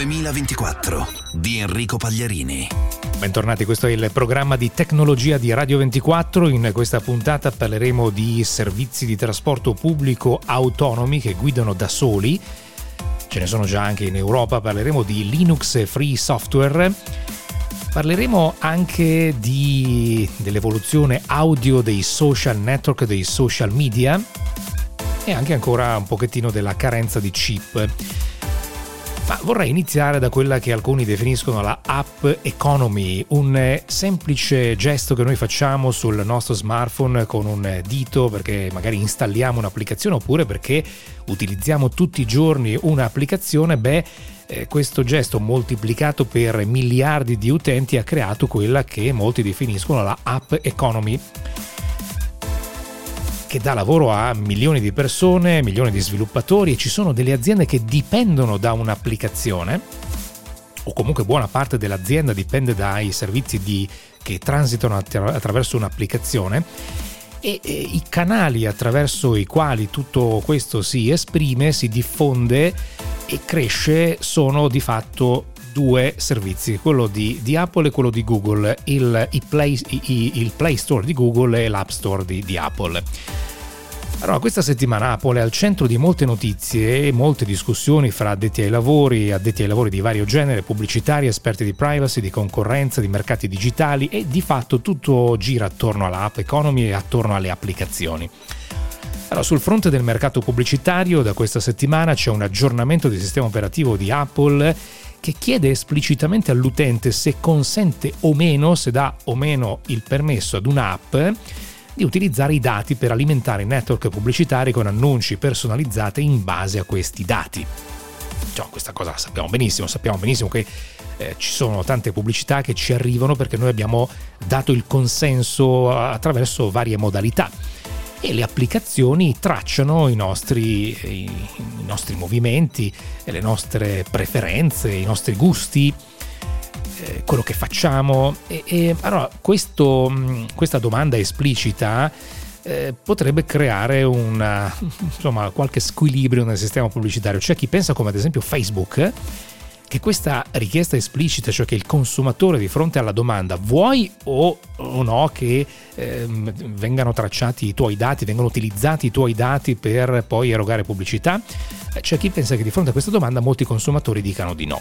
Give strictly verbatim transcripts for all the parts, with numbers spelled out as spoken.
duemilaventiquattro di Enrico Pagliarini. Bentornati, questo è il programma di tecnologia di Radio ventiquattro. In questa puntata parleremo di servizi di trasporto pubblico autonomi che guidano da soli. Ce ne sono già anche in Europa. Parleremo di Linux e free software. Parleremo anche di, dell'evoluzione audio dei social network, dei social media, e anche ancora un pochettino della carenza di chip. Ma vorrei iniziare da quella che alcuni definiscono la app economy, un semplice gesto che noi facciamo sul nostro smartphone con un dito perché magari installiamo un'applicazione oppure perché utilizziamo tutti i giorni un'applicazione. Beh, eh, questo gesto moltiplicato per miliardi di utenti ha creato quella che molti definiscono la app economy, che dà lavoro a milioni di persone, milioni di sviluppatori, e ci sono delle aziende che dipendono da un'applicazione, o comunque buona parte dell'azienda dipende dai servizi di, che transitano attra- attraverso un'applicazione, e, e i canali attraverso i quali tutto questo si esprime, si diffonde e cresce sono di fatto due servizi, quello di, di Apple e quello di Google, il, il, Play, il, il Play Store di Google e l'App Store di, di Apple. Allora, questa settimana Apple è al centro di molte notizie e molte discussioni fra addetti ai lavori, addetti ai lavori di vario genere, pubblicitari, esperti di privacy, di concorrenza, di mercati digitali, e di fatto tutto gira attorno alla app economy e attorno alle applicazioni. Allora, sul fronte del mercato pubblicitario, da questa settimana c'è un aggiornamento del sistema operativo di Apple che chiede esplicitamente all'utente se consente o meno, se dà o meno il permesso ad un'app di utilizzare i dati per alimentare i network pubblicitari con annunci personalizzati in base a questi dati. Cioè, questa cosa la sappiamo benissimo, sappiamo benissimo che eh, ci sono tante pubblicità che ci arrivano perché noi abbiamo dato il consenso attraverso varie modalità, e le applicazioni tracciano i nostri, i, i nostri movimenti, le nostre preferenze, i nostri gusti, eh, quello che facciamo. E, e allora questo, questa domanda esplicita eh, potrebbe creare una, insomma, qualche squilibrio nel sistema pubblicitario. C'è chi pensa, come ad esempio Facebook, che questa richiesta esplicita, cioè che il consumatore di fronte alla domanda vuoi o, o no che eh, vengano tracciati i tuoi dati, vengano utilizzati i tuoi dati per poi erogare pubblicità, c'è chi pensa che di fronte a questa domanda molti consumatori dicano di no.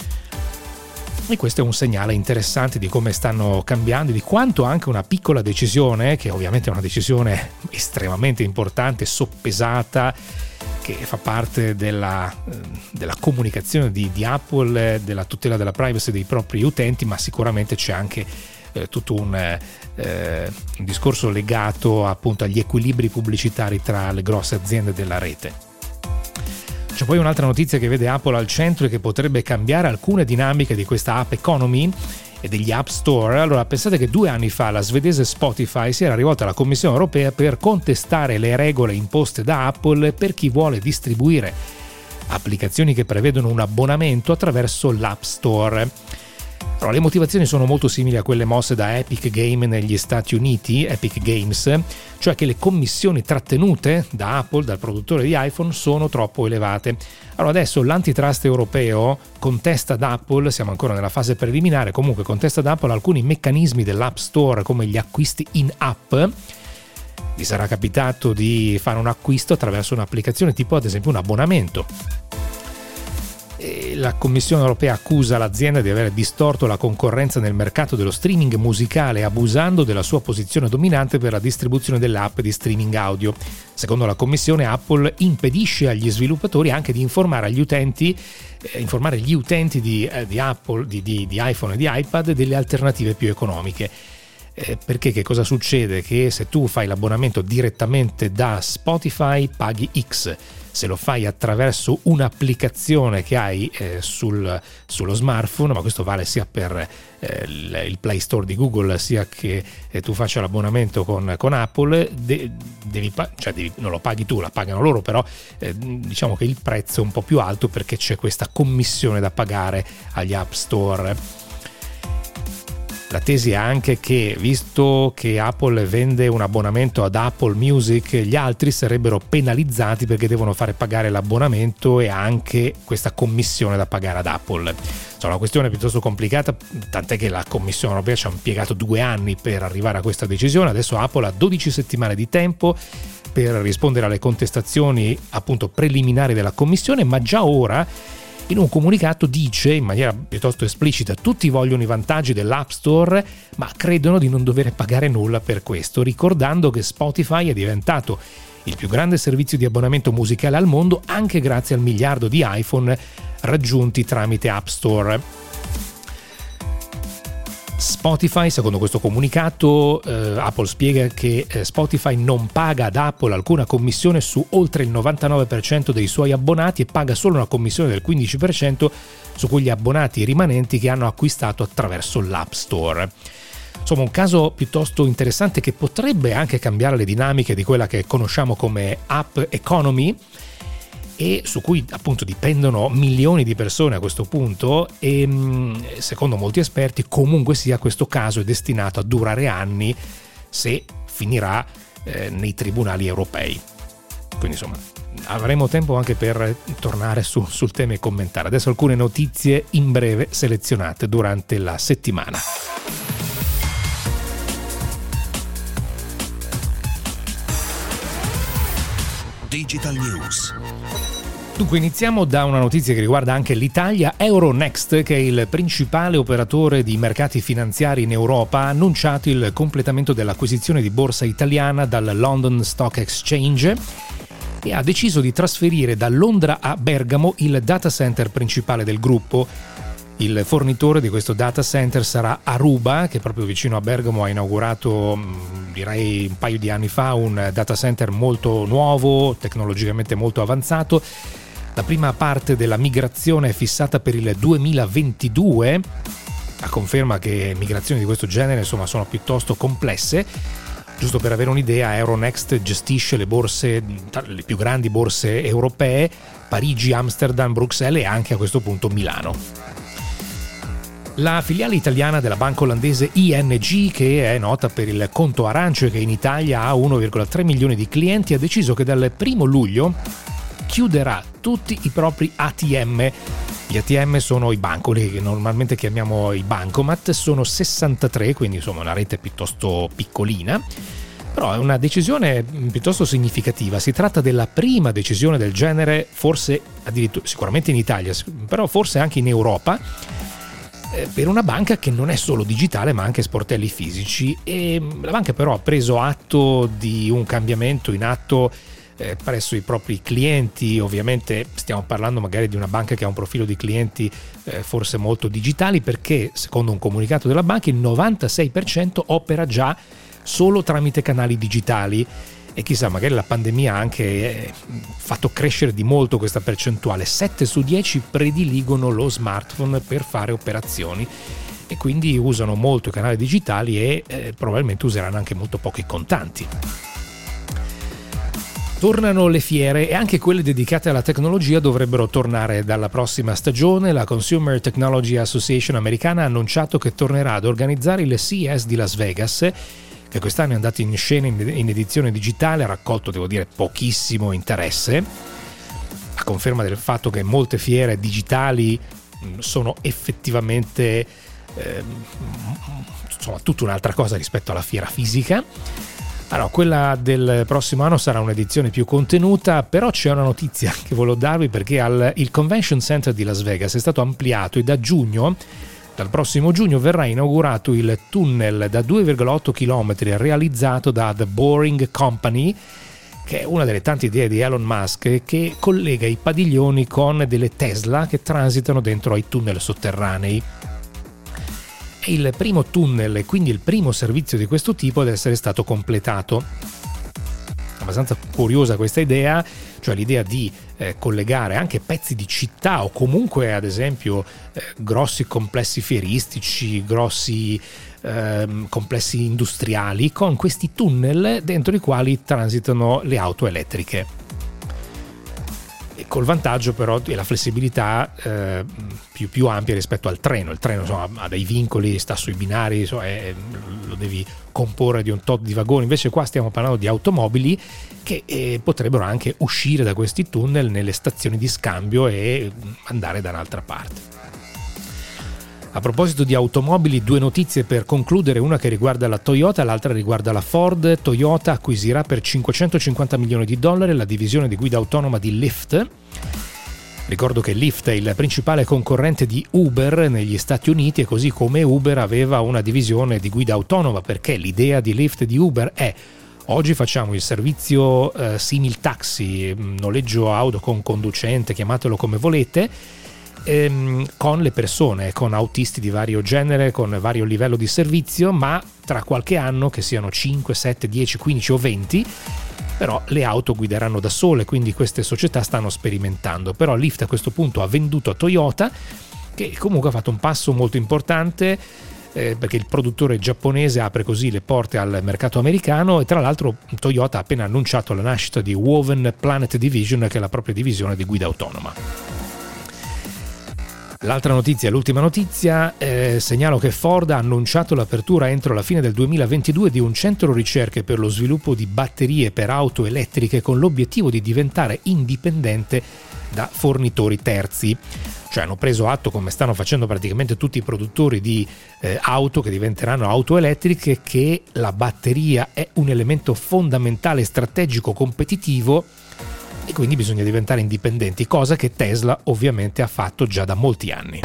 E questo è un segnale interessante di come stanno cambiando, di quanto anche una piccola decisione, che ovviamente è una decisione estremamente importante, soppesata, che fa parte della, della comunicazione di, di Apple, della tutela della privacy dei propri utenti, ma sicuramente c'è anche eh, tutto un, eh, un discorso legato appunto agli equilibri pubblicitari tra le grosse aziende della rete. C'è poi un'altra notizia che vede Apple al centro e che potrebbe cambiare alcune dinamiche di questa app economy e degli App Store. Allora, pensate che due anni fa la svedese Spotify si era rivolta alla Commissione europea per contestare le regole imposte da Apple per chi vuole distribuire applicazioni che prevedono un abbonamento attraverso l'App Store. Allora, le motivazioni sono molto simili a quelle mosse da Epic Game negli Stati Uniti, Epic Games, cioè che le commissioni trattenute da Apple, dal produttore di iPhone, sono troppo elevate. Allora, adesso l'antitrust europeo contesta ad Apple, siamo ancora nella fase preliminare, comunque contesta ad Apple alcuni meccanismi dell'App Store come gli acquisti in app. Vi sarà capitato di fare un acquisto attraverso un'applicazione tipo ad esempio un abbonamento. La Commissione europea accusa l'azienda di aver distorto la concorrenza nel mercato dello streaming musicale, abusando della sua posizione dominante per la distribuzione delle app di streaming audio. Secondo la Commissione, Apple impedisce agli sviluppatori anche di informare agli utenti, eh, informare gli utenti di, eh, di Apple, di, di, di iPhone e di iPad delle alternative più economiche. Eh, perché che cosa succede? Che se tu fai l'abbonamento direttamente da Spotify paghi X. Se lo fai attraverso un'applicazione che hai eh, sul, sullo smartphone, ma questo vale sia per eh, il, il Play Store di Google sia che eh, tu faccia l'abbonamento con, con Apple, de, devi, cioè devi, non lo paghi tu, la pagano loro, però eh, diciamo che il prezzo è un po' più alto perché c'è questa commissione da pagare agli App Store. La tesi è anche che, visto che Apple vende un abbonamento ad Apple Music, gli altri sarebbero penalizzati perché devono fare pagare l'abbonamento e anche questa commissione da pagare ad Apple. È una questione piuttosto complicata, tant'è che la Commissione europea ci ha impiegato due anni per arrivare a questa decisione. Adesso Apple ha dodici settimane di tempo per rispondere alle contestazioni appunto preliminari della Commissione, ma già ora in un comunicato dice in maniera piuttosto esplicita: tutti vogliono i vantaggi dell'App Store, ma credono di non dover pagare nulla per questo, ricordando che Spotify è diventato il più grande servizio di abbonamento musicale al mondo anche grazie al miliardo di iPhone raggiunti tramite App Store. Spotify, secondo questo comunicato, eh, Apple spiega che eh, Spotify non paga ad Apple alcuna commissione su oltre il novantanove per cento dei suoi abbonati e paga solo una commissione del quindici per cento su quegli abbonati rimanenti che hanno acquistato attraverso l'App Store. Insomma, un caso piuttosto interessante che potrebbe anche cambiare le dinamiche di quella che conosciamo come App Economy, e su cui appunto dipendono milioni di persone a questo punto, e secondo molti esperti comunque sia questo caso è destinato a durare anni se finirà eh, nei tribunali europei. Quindi insomma avremo tempo anche per tornare su, sul tema e commentare. Adesso alcune notizie in breve selezionate durante la settimana. Digital News. Dunque iniziamo da una notizia che riguarda anche l'Italia. Euronext, che è il principale operatore di mercati finanziari in Europa, ha annunciato il completamento dell'acquisizione di borsa italiana dal London Stock Exchange e ha deciso di trasferire da Londra a Bergamo il data center principale del gruppo. Il fornitore di questo data center sarà Aruba, che proprio vicino a Bergamo ha inaugurato, direi un paio di anni fa, un data center molto nuovo, tecnologicamente molto avanzato. La prima parte della migrazione è fissata per il duemilaventidue, a conferma che migrazioni di questo genere insomma sono piuttosto complesse. Giusto per avere un'idea, Euronext gestisce le borse, le più grandi borse europee, Parigi, Amsterdam, Bruxelles e anche a questo punto Milano. La filiale italiana della banca olandese I N G, che è nota per il conto arancio e che in Italia ha uno virgola tre milioni di clienti, ha deciso che dal primo luglio chiuderà tutti i propri A T M. Gli A T M sono i bancoli che normalmente chiamiamo i bancomat, sono sessantatré, quindi insomma una rete piuttosto piccolina, però è una decisione piuttosto significativa. Si tratta della prima decisione del genere, forse addirittura sicuramente in Italia, però forse anche in Europa, per una banca che non è solo digitale ma anche sportelli fisici. E la banca però ha preso atto di un cambiamento in atto eh, presso i propri clienti. Ovviamente stiamo parlando magari di una banca che ha un profilo di clienti eh, forse molto digitali, perché secondo un comunicato della banca il novantasei per cento opera già solo tramite canali digitali. E chissà, magari la pandemia ha anche fatto crescere di molto questa percentuale. sette su dieci prediligono lo smartphone per fare operazioni e quindi usano molto i canali digitali e eh, probabilmente useranno anche molto pochi contanti. Tornano le fiere e anche quelle dedicate alla tecnologia dovrebbero tornare dalla prossima stagione. La Consumer Technology Association americana ha annunciato che tornerà ad organizzare il C E S di Las Vegas, che quest'anno è andato in scena in edizione digitale, ha raccolto, devo dire, pochissimo interesse, a conferma del fatto che molte fiere digitali sono effettivamente eh, insomma tutta un'altra cosa rispetto alla fiera fisica. Allora, quella del prossimo anno sarà un'edizione più contenuta, però c'è una notizia che volevo darvi, perché al, il Convention Center di Las Vegas è stato ampliato e da giugno Dal prossimo giugno verrà inaugurato il tunnel da due virgola otto chilometri realizzato da The Boring Company, che è una delle tante idee di Elon Musk, che collega i padiglioni con delle Tesla che transitano dentro ai tunnel sotterranei. È il primo tunnel e quindi il primo servizio di questo tipo ad essere stato completato. Abbastanza curiosa questa idea, cioè l'idea di eh, collegare anche pezzi di città o comunque ad esempio eh, grossi complessi fieristici, grossi eh, complessi industriali con questi tunnel dentro i quali transitano le auto elettriche. col vantaggio però e la flessibilità eh, più, più ampia rispetto al treno. Il treno insomma, ha dei vincoli, sta sui binari, insomma, è, lo devi comporre di un tot di vagoni. Invece qua stiamo parlando di automobili che eh, potrebbero anche uscire da questi tunnel nelle stazioni di scambio e andare da un'altra parte. A proposito di automobili, due notizie per concludere, una che riguarda la Toyota, l'altra riguarda la Ford. Toyota acquisirà per cinquecentocinquanta milioni di dollari la divisione di guida autonoma di Lyft. Ricordo che Lyft è il principale concorrente di Uber negli Stati Uniti e così come Uber aveva una divisione di guida autonoma, perché l'idea di Lyft e di Uber è: oggi facciamo il servizio eh, simil taxi, noleggio auto con conducente, chiamatelo come volete, ehm, con le persone, con autisti di vario genere, con vario livello di servizio, ma tra qualche anno, che siano cinque, sette, dieci, quindici o venti, però le auto guideranno da sole, quindi queste società stanno sperimentando. Però Lyft a questo punto ha venduto a Toyota, che comunque ha fatto un passo molto importante, Eh, perché il produttore giapponese apre così le porte al mercato americano, e tra l'altro Toyota ha appena annunciato la nascita di Woven Planet Division, che è la propria divisione di guida autonoma. L'altra notizia, l'ultima notizia, eh, segnalo che Ford ha annunciato l'apertura entro la fine del duemilaventidue di un centro ricerche per lo sviluppo di batterie per auto elettriche, con l'obiettivo di diventare indipendente da fornitori terzi. Cioè hanno preso atto, come stanno facendo praticamente tutti i produttori di eh, auto che diventeranno auto elettriche, che la batteria è un elemento fondamentale, strategico, competitivo, e quindi bisogna diventare indipendenti, cosa che Tesla ovviamente ha fatto già da molti anni.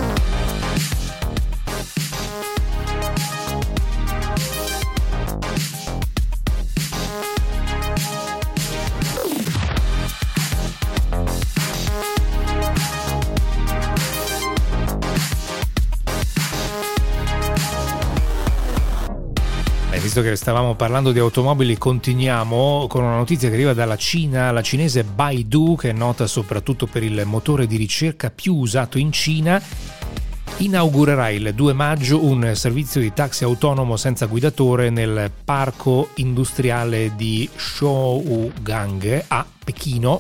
Visto che stavamo parlando di automobili, continuiamo con una notizia che arriva dalla Cina. La cinese Baidu, che è nota soprattutto per il motore di ricerca più usato in Cina, inaugurerà il due maggio un servizio di taxi autonomo senza guidatore nel parco industriale di Shougang a Pechino.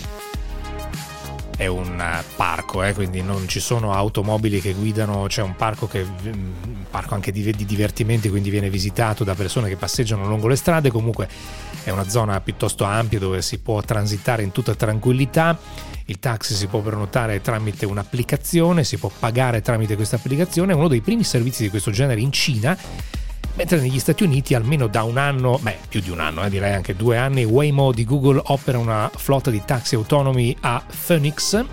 È un parco, eh, quindi non ci sono automobili che guidano, c'è un parco che un parco anche di, di divertimenti, quindi viene visitato da persone che passeggiano lungo le strade. Comunque è una zona piuttosto ampia dove si può transitare in tutta tranquillità. Il taxi si può prenotare tramite un'applicazione, si può pagare tramite questa applicazione. È uno dei primi servizi di questo genere in Cina, mentre negli Stati Uniti almeno da un anno, beh più di un anno, eh, direi anche due anni, Waymo di Google opera una flotta di taxi autonomi a Phoenix.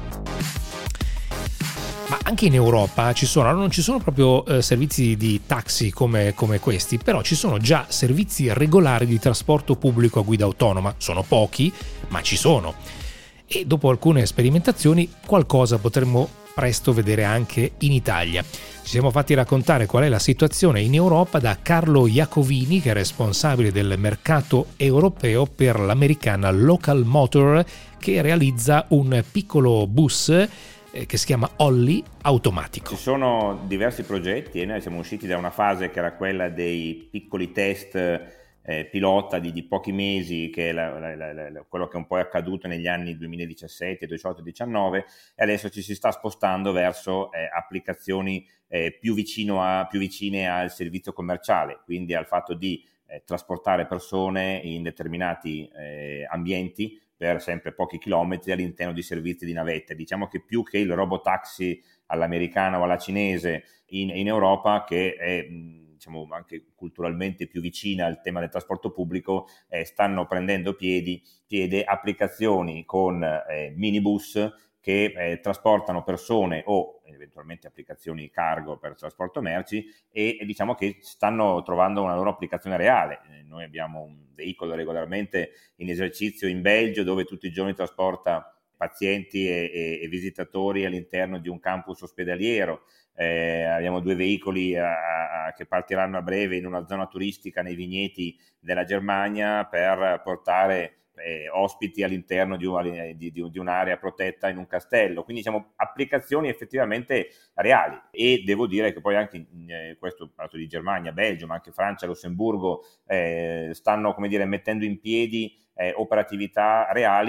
Ma anche in Europa ci sono, allora non ci sono proprio eh, servizi di taxi come, come questi, però ci sono già servizi regolari di trasporto pubblico a guida autonoma. Sono pochi, ma ci sono. E dopo alcune sperimentazioni qualcosa potremmo presto vedere anche in Italia. Ci siamo fatti raccontare qual è la situazione in Europa da Carlo Iacovini, che è responsabile del mercato europeo per l'americana Local Motor, che realizza un piccolo bus eh, che si chiama Olli automatico. Ci sono diversi progetti e noi siamo usciti da una fase che era quella dei piccoli test eh, pilota di, di pochi mesi, che è la, la, la, la, quello che un po' è accaduto negli anni duemiladiciassette, diciotto, diciannove, e adesso ci si sta spostando verso eh, applicazioni eh, più, vicino a, più vicine al servizio commerciale, quindi al fatto di eh, trasportare persone in determinati eh, ambienti per sempre pochi chilometri all'interno di servizi di navette. Diciamo che più che il robotaxi all'americana o alla cinese in, in Europa, che è diciamo anche culturalmente più vicina al tema del trasporto pubblico, eh, stanno prendendo piedi, piede applicazioni con eh, minibus che eh, trasportano persone o eventualmente applicazioni cargo per trasporto merci, e, e diciamo che stanno trovando una loro applicazione reale. Eh, noi abbiamo un veicolo regolarmente in esercizio in Belgio, dove tutti i giorni trasporta pazienti e, e, e visitatori all'interno di un campus ospedaliero. Eh, abbiamo due veicoli a, a, che partiranno a breve in una zona turistica nei vigneti della Germania per portare eh, ospiti all'interno di, un, di, di, di un'area protetta in un castello. Quindi diciamo applicazioni effettivamente reali, e devo dire che poi anche eh, questo parlato di Germania, Belgio, ma anche Francia, Lussemburgo eh, stanno come dire mettendo in piedi eh, operatività reali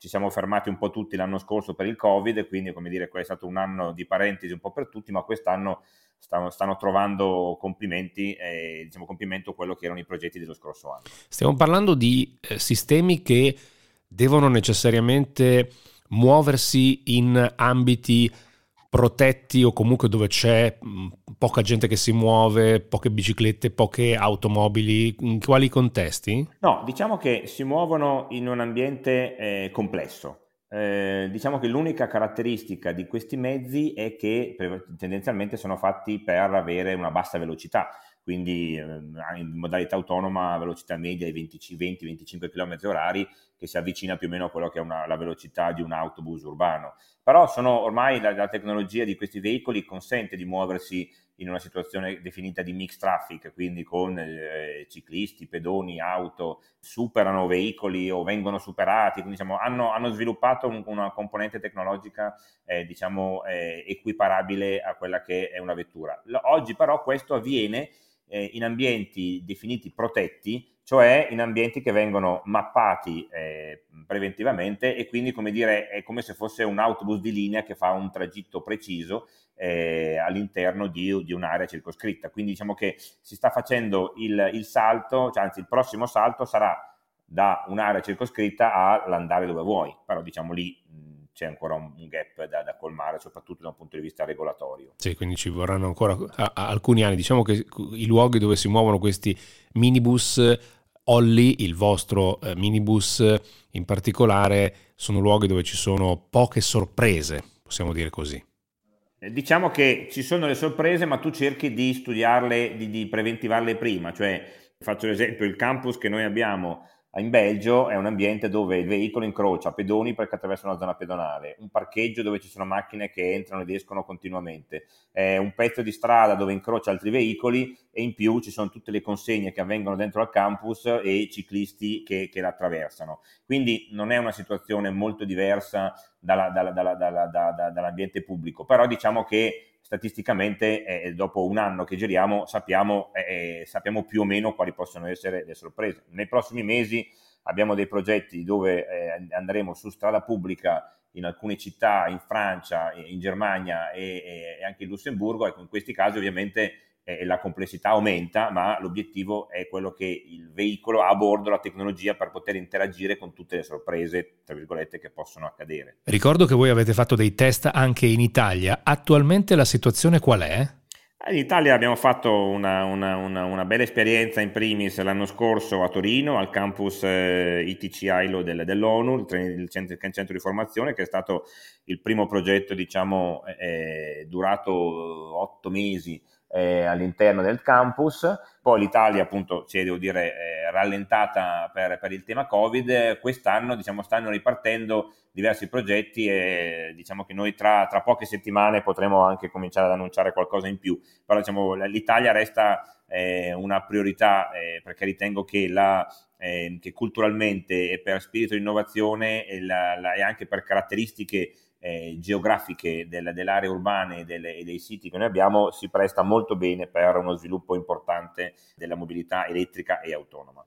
ci siamo fermati un po' tutti l'anno scorso per il Covid, quindi come dire, è stato un anno di parentesi un po' per tutti, ma quest'anno stanno, stanno trovando complimenti, eh, diciamo compimento quello che erano i progetti dello scorso anno. Stiamo parlando di eh, sistemi che devono necessariamente muoversi in ambiti protetti o comunque dove c'è mh, poca gente che si muove, poche biciclette, poche automobili, in quali contesti? No, diciamo che si muovono in un ambiente eh, complesso. Eh, diciamo che l'unica caratteristica di questi mezzi è che tendenzialmente sono fatti per avere una bassa velocità, quindi eh, in modalità autonoma a velocità media di venti venticinque chilometri orari, che si avvicina più o meno a quello che è una, la velocità di un autobus urbano. Però sono ormai la, la tecnologia di questi veicoli consente di muoversi in una situazione definita di mixed traffic, quindi con eh, ciclisti, pedoni, auto, superano veicoli o vengono superati, quindi diciamo, hanno, hanno sviluppato un, una componente tecnologica eh, diciamo, eh, equiparabile a quella che è una vettura. L- oggi però questo avviene eh, in ambienti definiti protetti, cioè in ambienti che vengono mappati eh, preventivamente, e quindi, come dire, è come se fosse un autobus di linea che fa un tragitto preciso eh, all'interno di, di un'area circoscritta. Quindi diciamo che si sta facendo il, il salto, cioè anzi il prossimo salto sarà da un'area circoscritta all'andare dove vuoi, però diciamo lì mh, c'è ancora un, un gap da, da colmare, soprattutto da un punto di vista regolatorio. Sì, quindi ci vorranno ancora a, a alcuni anni. Diciamo che i luoghi dove si muovono questi minibus, Olli, il vostro eh, minibus in particolare, sono luoghi dove ci sono poche sorprese, possiamo dire così. Diciamo che ci sono le sorprese, ma tu cerchi di studiarle, di, di preventivarle prima. Cioè, faccio l'esempio, il campus che noi abbiamo in Belgio è un ambiente dove il veicolo incrocia pedoni perché attraversano la zona pedonale, un parcheggio dove ci sono macchine che entrano ed escono continuamente, è un pezzo di strada dove incrocia altri veicoli, e in più ci sono tutte le consegne che avvengono dentro al campus e i ciclisti che, che la attraversano. Quindi non è una situazione molto diversa dalla, dalla, dalla, dalla, dalla, dall'ambiente pubblico, però diciamo che statisticamente eh, dopo un anno che giriamo sappiamo, eh, sappiamo più o meno quali possono essere le sorprese. Nei prossimi mesi abbiamo dei progetti dove eh, andremo su strada pubblica in alcune città, in Francia, in Germania e, e anche in Lussemburgo. Ecco, in questi casi ovviamente eh, la complessità aumenta, ma l'obiettivo è quello che il veicolo ha a bordo la tecnologia per poter interagire con tutte le sorprese, tra virgolette, che possono accadere. Ricordo che voi avete fatto dei test anche in Italia. Attualmente la situazione qual è? In Italia abbiamo fatto una, una, una, una bella esperienza in primis l'anno scorso a Torino, al campus eh, I T C Ailo del, dell'ONU, il, il, centro, il centro di formazione, che è stato il primo progetto, diciamo, eh, durato otto mesi Eh, all'interno del campus. Poi l'Italia, appunto, si è, devo dire, eh, rallentata per, per il tema Covid. Quest'anno, diciamo, stanno ripartendo diversi progetti e diciamo che noi tra, tra poche settimane potremo anche cominciare ad annunciare qualcosa in più, però diciamo l'Italia resta eh, una priorità eh, perché ritengo che la eh, che culturalmente e per spirito di innovazione e, la, la, e anche per caratteristiche Eh, geografiche del, delle aree urbane e, delle, e dei siti che noi abbiamo si presta molto bene per uno sviluppo importante della mobilità elettrica e autonoma.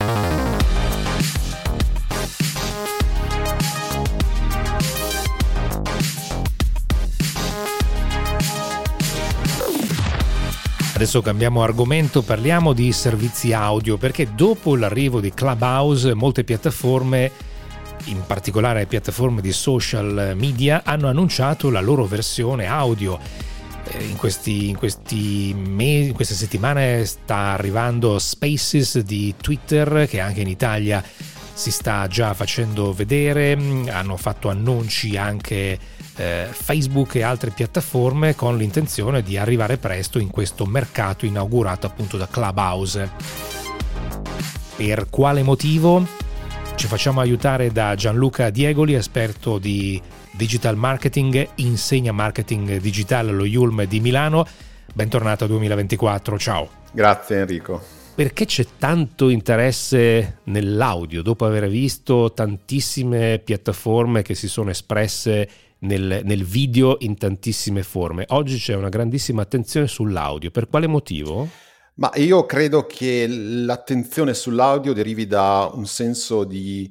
Adesso cambiamo argomento, parliamo di servizi audio, perché dopo l'arrivo di Clubhouse molte piattaforme, in particolare piattaforme di social media, hanno annunciato la loro versione audio. In, questi, in, questi mesi, in queste settimane sta arrivando Spaces di Twitter, che anche in Italia si sta già facendo vedere. Hanno fatto annunci anche eh, Facebook e altre piattaforme con l'intenzione di arrivare presto in questo mercato inaugurato appunto da Clubhouse. Per quale motivo? Ci facciamo aiutare da Gianluca Diegoli, esperto di digital marketing, insegna marketing digitale allo I U L M di Milano. Bentornato a duemilaventiquattro, ciao. Grazie Enrico. Perché c'è tanto interesse nell'audio dopo aver visto tantissime piattaforme che si sono espresse nel, nel video in tantissime forme? Oggi c'è una grandissima attenzione sull'audio. Per quale motivo? Ma io credo che l'attenzione sull'audio derivi da un senso di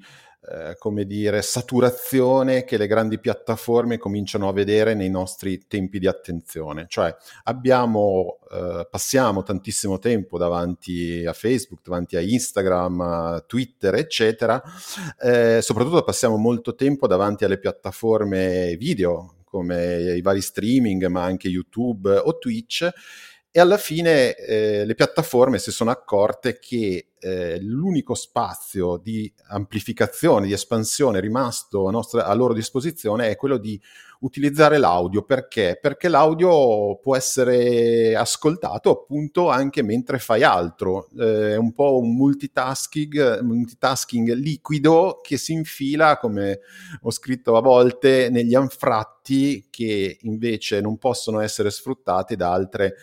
eh, come dire, saturazione che le grandi piattaforme cominciano a vedere nei nostri tempi di attenzione. Cioè abbiamo, eh, passiamo tantissimo tempo davanti a Facebook, davanti a Instagram, a Twitter, eccetera, eh, soprattutto passiamo molto tempo davanti alle piattaforme video, come i vari streaming, ma anche YouTube o Twitch, e alla fine eh, le piattaforme si sono accorte che eh, l'unico spazio di amplificazione, di espansione rimasto a, nostra, a loro disposizione è quello di utilizzare l'audio. Perché? Perché l'audio può essere ascoltato appunto anche mentre fai altro, eh, è un po' un multitasking, multitasking liquido che si infila, come ho scritto a volte, negli anfratti che invece non possono essere sfruttati da altre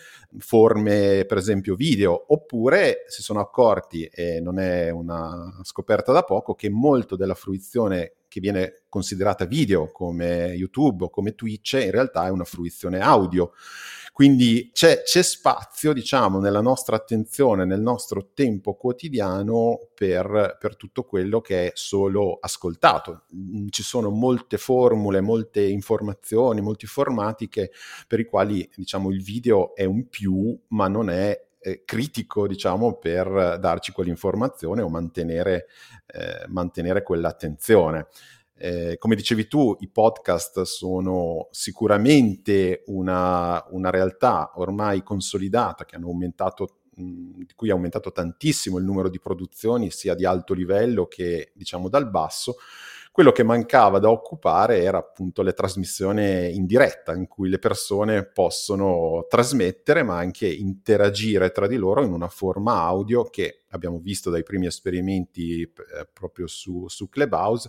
forme, per esempio video. Oppure si sono accorti, e non è una scoperta da poco, che molto della fruizione che viene considerata video come YouTube o come Twitch in realtà è una fruizione audio. Quindi c'è, c'è spazio, diciamo, nella nostra attenzione, nel nostro tempo quotidiano per, per tutto quello che è solo ascoltato. Ci sono molte formule, molte informazioni, molti formati che, per i quali, diciamo, il video è un più, ma non è eh, critico, diciamo, per darci quell'informazione o mantenere, eh, mantenere quell'attenzione. Eh, come dicevi tu, i podcast sono sicuramente una, una realtà ormai consolidata, che hanno aumentato, mh, di cui è aumentato tantissimo il numero di produzioni, sia di alto livello che, diciamo, dal basso. Quello che mancava da occupare era appunto le trasmissioni in diretta, in cui le persone possono trasmettere ma anche interagire tra di loro in una forma audio che abbiamo visto dai primi esperimenti eh, proprio su, su Clubhouse.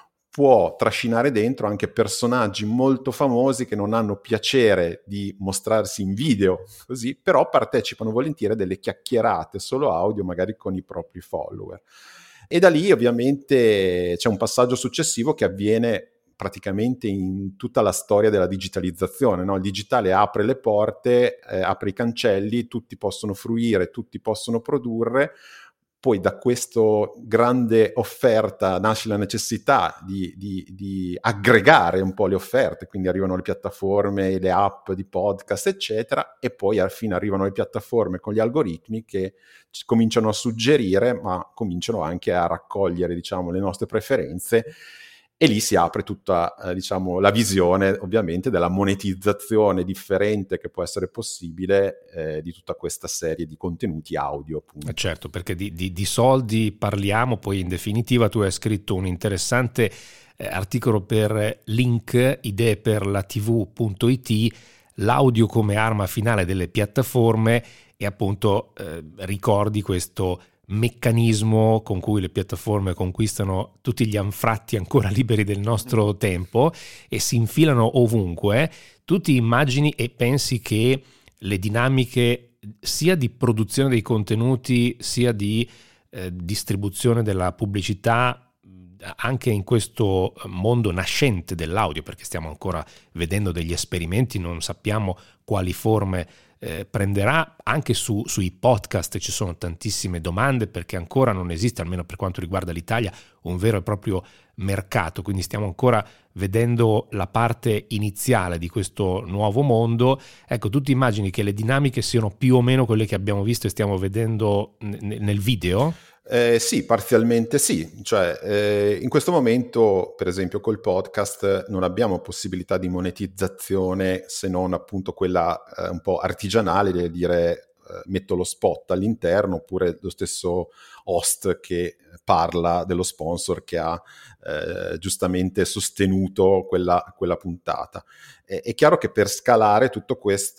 Può trascinare dentro anche personaggi molto famosi che non hanno piacere di mostrarsi in video, così, però partecipano volentieri a delle chiacchierate solo audio, magari con i propri follower. E da lì ovviamente c'è un passaggio successivo che avviene praticamente in tutta la storia della digitalizzazione, no? Il digitale apre le porte, eh, apre i cancelli, tutti possono fruire, tutti possono produrre. Poi da questa grande offerta nasce la necessità di, di, di aggregare un po' le offerte, quindi arrivano le piattaforme, le app di podcast, eccetera, e poi alla fine arrivano le piattaforme con gli algoritmi che cominciano a suggerire, ma cominciano anche a raccogliere, diciamo, le nostre preferenze, e lì si apre tutta, eh, diciamo, la visione ovviamente della monetizzazione differente che può essere possibile eh, di tutta questa serie di contenuti audio, appunto. Certo, perché di, di, di soldi parliamo, poi in definitiva tu hai scritto un interessante eh, articolo per Link, idee per la tivù punto it, l'audio come arma finale delle piattaforme, e appunto eh, ricordi questo meccanismo con cui le piattaforme conquistano tutti gli anfratti ancora liberi del nostro tempo e si infilano ovunque. Tu ti immagini e pensi che le dinamiche sia di produzione dei contenuti sia di eh, distribuzione della pubblicità anche in questo mondo nascente dell'audio, perché stiamo ancora vedendo degli esperimenti, non sappiamo quali forme Eh, prenderà, anche su, sui podcast ci sono tantissime domande perché ancora non esiste, almeno per quanto riguarda l'Italia, un vero e proprio mercato, quindi stiamo ancora vedendo la parte iniziale di questo nuovo mondo. Ecco, tu ti immagini che le dinamiche siano più o meno quelle che abbiamo visto e stiamo vedendo n- nel video? Eh, sì, parzialmente sì, cioè eh, in questo momento per esempio col podcast non abbiamo possibilità di monetizzazione se non appunto quella eh, un po' artigianale di dire eh, metto lo spot all'interno, oppure lo stesso host che parla dello sponsor che ha eh, giustamente sostenuto quella, quella puntata. È, è chiaro che per scalare tutto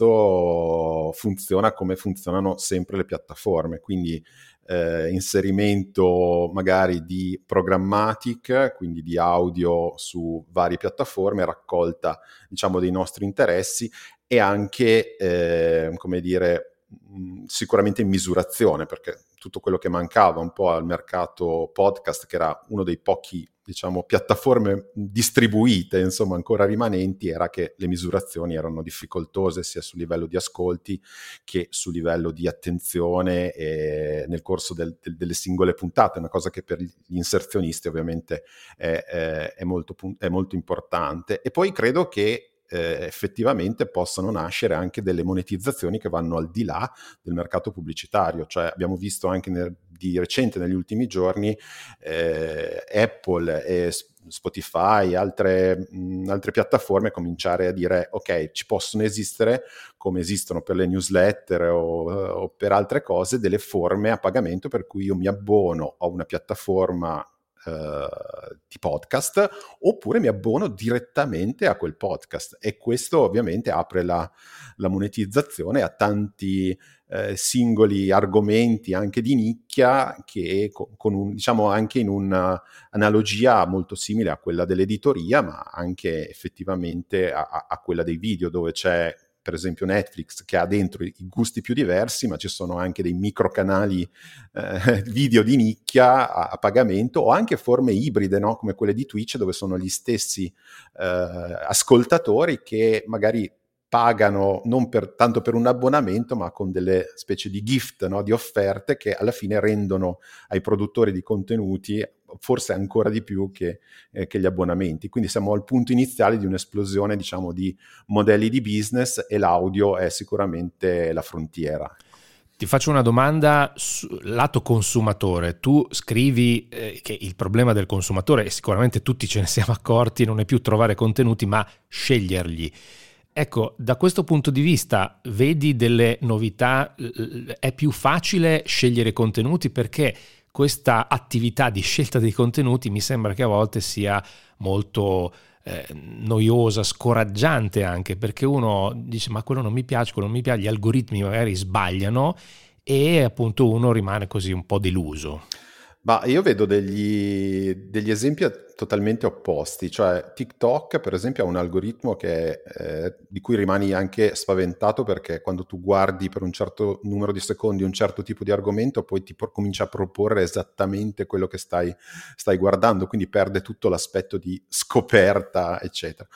questo funziona come funzionano sempre le piattaforme, quindi Eh, inserimento magari di programmatic, quindi di audio su varie piattaforme, raccolta, diciamo, dei nostri interessi, e anche, eh, come dire, mh, sicuramente in misurazione, perché tutto quello che mancava un po' al mercato podcast, che era uno dei pochi, diciamo, piattaforme distribuite, insomma, ancora rimanenti, era che le misurazioni erano difficoltose sia sul livello di ascolti che sul livello di attenzione e nel corso del, del, delle singole puntate, una cosa che per gli inserzionisti ovviamente è, è, è, molto, è molto importante. E poi credo che Eh, effettivamente possano nascere anche delle monetizzazioni che vanno al di là del mercato pubblicitario. Cioè abbiamo visto anche nel, di recente negli ultimi giorni eh, Apple e Spotify, altre, mh, altre piattaforme cominciare a dire ok, ci possono esistere, come esistono per le newsletter o, o per altre cose, delle forme a pagamento per cui io mi abbono a una piattaforma Uh, di podcast, oppure mi abbono direttamente a quel podcast, e questo ovviamente apre la, la monetizzazione a tanti eh, singoli argomenti anche di nicchia, che con, con un, diciamo anche in un'analogia molto simile a quella dell'editoria, ma anche effettivamente a, a quella dei video, dove c'è per esempio Netflix che ha dentro i gusti più diversi, ma ci sono anche dei microcanali eh, video di nicchia a, a pagamento, o anche forme ibride, no? Come quelle di Twitch, dove sono gli stessi eh, ascoltatori che magari pagano non per, tanto per un abbonamento, ma con delle specie di gift, no? Di offerte che alla fine rendono ai produttori di contenuti forse ancora di più che, eh, che gli abbonamenti. Quindi siamo al punto iniziale di un'esplosione, diciamo, di modelli di business, e l'audio è sicuramente la frontiera. Ti faccio una domanda sul lato consumatore. Tu scrivi eh, che il problema del consumatore, e sicuramente tutti ce ne siamo accorti, non è più trovare contenuti, ma sceglierli. Ecco, da questo punto di vista vedi delle novità? È più facile scegliere contenuti, perché questa attività di scelta dei contenuti mi sembra che a volte sia molto eh, noiosa, scoraggiante anche, perché uno dice ma quello non mi piace, quello non mi piace, gli algoritmi magari sbagliano e appunto uno rimane così un po' deluso. Ma io vedo degli, degli esempi totalmente opposti. Cioè TikTok per esempio ha un algoritmo che, eh, di cui rimani anche spaventato, perché quando tu guardi per un certo numero di secondi un certo tipo di argomento, poi ti pro- comincia a proporre esattamente quello che stai, stai guardando, quindi perde tutto l'aspetto di scoperta, eccetera.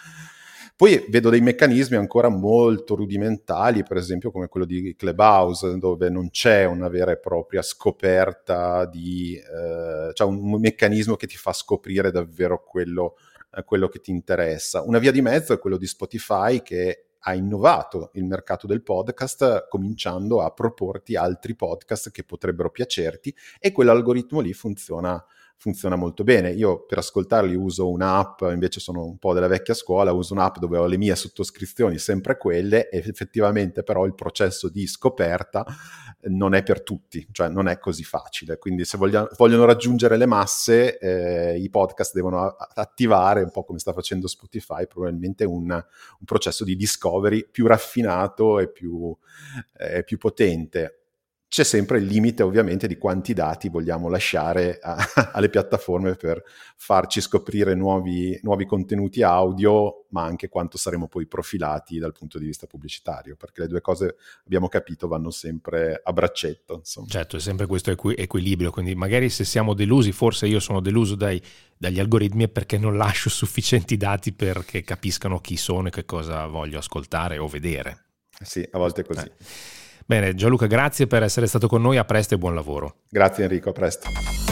Poi vedo dei meccanismi ancora molto rudimentali, per esempio come quello di Clubhouse, dove non c'è una vera e propria scoperta di, eh, cioè un meccanismo che ti fa scoprire davvero quello, eh, quello che ti interessa. Una via di mezzo è quello di Spotify, che ha innovato il mercato del podcast, cominciando a proporti altri podcast che potrebbero piacerti, e quell'algoritmo lì funziona funziona molto bene. Io per ascoltarli uso un'app, invece sono un po' della vecchia scuola, uso un'app dove ho le mie sottoscrizioni, sempre quelle, e effettivamente però il processo di scoperta non è per tutti, cioè non è così facile. Quindi se vogliono, vogliono raggiungere le masse, eh, i podcast devono attivare, un po' come sta facendo Spotify, probabilmente un, un processo di discovery più raffinato e più, eh, più potente. C'è sempre il limite ovviamente di quanti dati vogliamo lasciare a, alle piattaforme per farci scoprire nuovi, nuovi contenuti audio, ma anche quanto saremo poi profilati dal punto di vista pubblicitario, perché le due cose, abbiamo capito, vanno sempre a braccetto, insomma. Certo, è sempre questo equi- equilibrio, quindi magari se siamo delusi, forse io sono deluso dai, dagli algoritmi, è perché non lascio sufficienti dati perché capiscano chi sono e che cosa voglio ascoltare o vedere. Sì, a volte è così. Eh. Bene, Gianluca, grazie per essere stato con noi, a presto e buon lavoro. Grazie Enrico, a presto.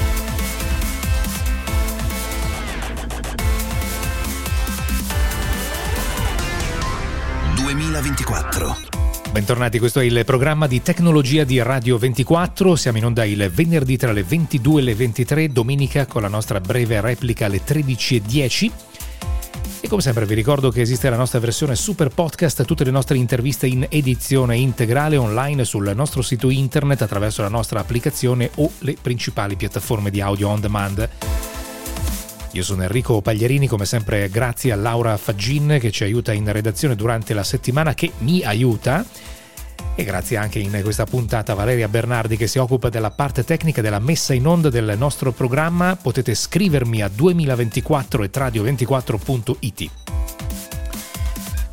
duemilaventiquattro. Bentornati, questo è il programma di tecnologia di Radio ventiquattro. Siamo in onda il venerdì tra le ventidue e le ventitré, domenica con la nostra breve replica alle tredici e dieci. E come sempre vi ricordo che esiste la nostra versione super podcast, tutte le nostre interviste in edizione integrale online sul nostro sito internet, attraverso la nostra applicazione o le principali piattaforme di audio on demand. Io sono Enrico Pagliarini, come sempre grazie a Laura Faggin che ci aiuta in redazione durante la settimana, che mi aiuta. E grazie anche in questa puntata a Valeria Bernardi che si occupa della parte tecnica della messa in onda del nostro programma. Potete scrivermi a duemilaventiquattro at radio ventiquattro punto it.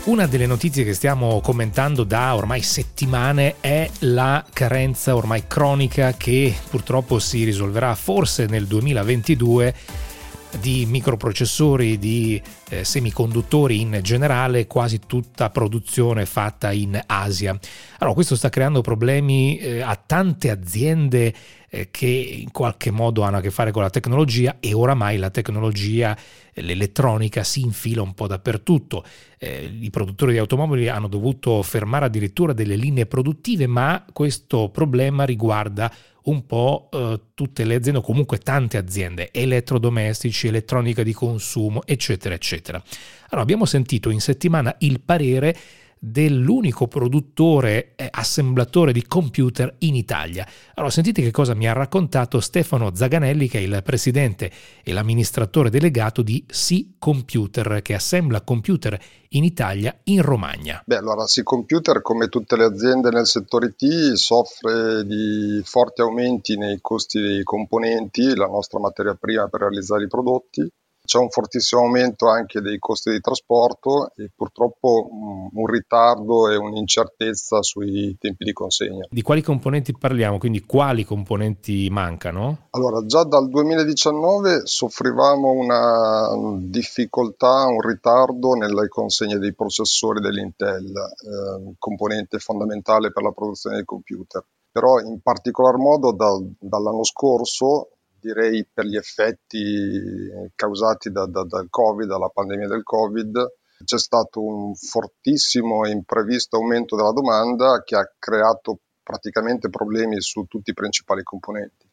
Una delle notizie che stiamo commentando da ormai settimane è la carenza ormai cronica che purtroppo si risolverà forse nel duemilaventidue di microprocessori, di eh, semiconduttori in generale, quasi tutta produzione fatta in Asia. Allora, questo sta creando problemi eh, a tante aziende eh, che in qualche modo hanno a che fare con la tecnologia, e oramai la tecnologia, l'elettronica si infila un po' dappertutto. Eh, i produttori di automobili hanno dovuto fermare addirittura delle linee produttive, ma questo problema riguarda un po' eh, tutte le aziende, o comunque tante aziende, elettrodomestici, elettronica di consumo, eccetera, eccetera. Allora, abbiamo sentito in settimana il parere dell'unico produttore eh, assemblatore di computer in Italia. Allora, sentite che cosa mi ha raccontato Stefano Zaganelli, che è il presidente e l'amministratore delegato di C Computer, che assembla computer in Italia, in Romagna. Beh, allora, C Computer, come tutte le aziende nel settore I T, soffre di forti aumenti nei costi dei componenti, la nostra materia prima per realizzare i prodotti. C'è un fortissimo aumento anche dei costi di trasporto e purtroppo un ritardo e un'incertezza sui tempi di consegna. Di quali componenti parliamo? Quindi quali componenti mancano? Allora, già dal duemiladiciannove soffrivamo una difficoltà, un ritardo nelle consegne dei processori dell'Intel, eh, componente fondamentale per la produzione dei computer. Però in particolar modo da, dall'anno scorso, direi per gli effetti causati da, da, dal Covid, dalla pandemia del Covid, c'è stato un fortissimo e imprevisto aumento della domanda che ha creato praticamente problemi su tutti i principali componenti.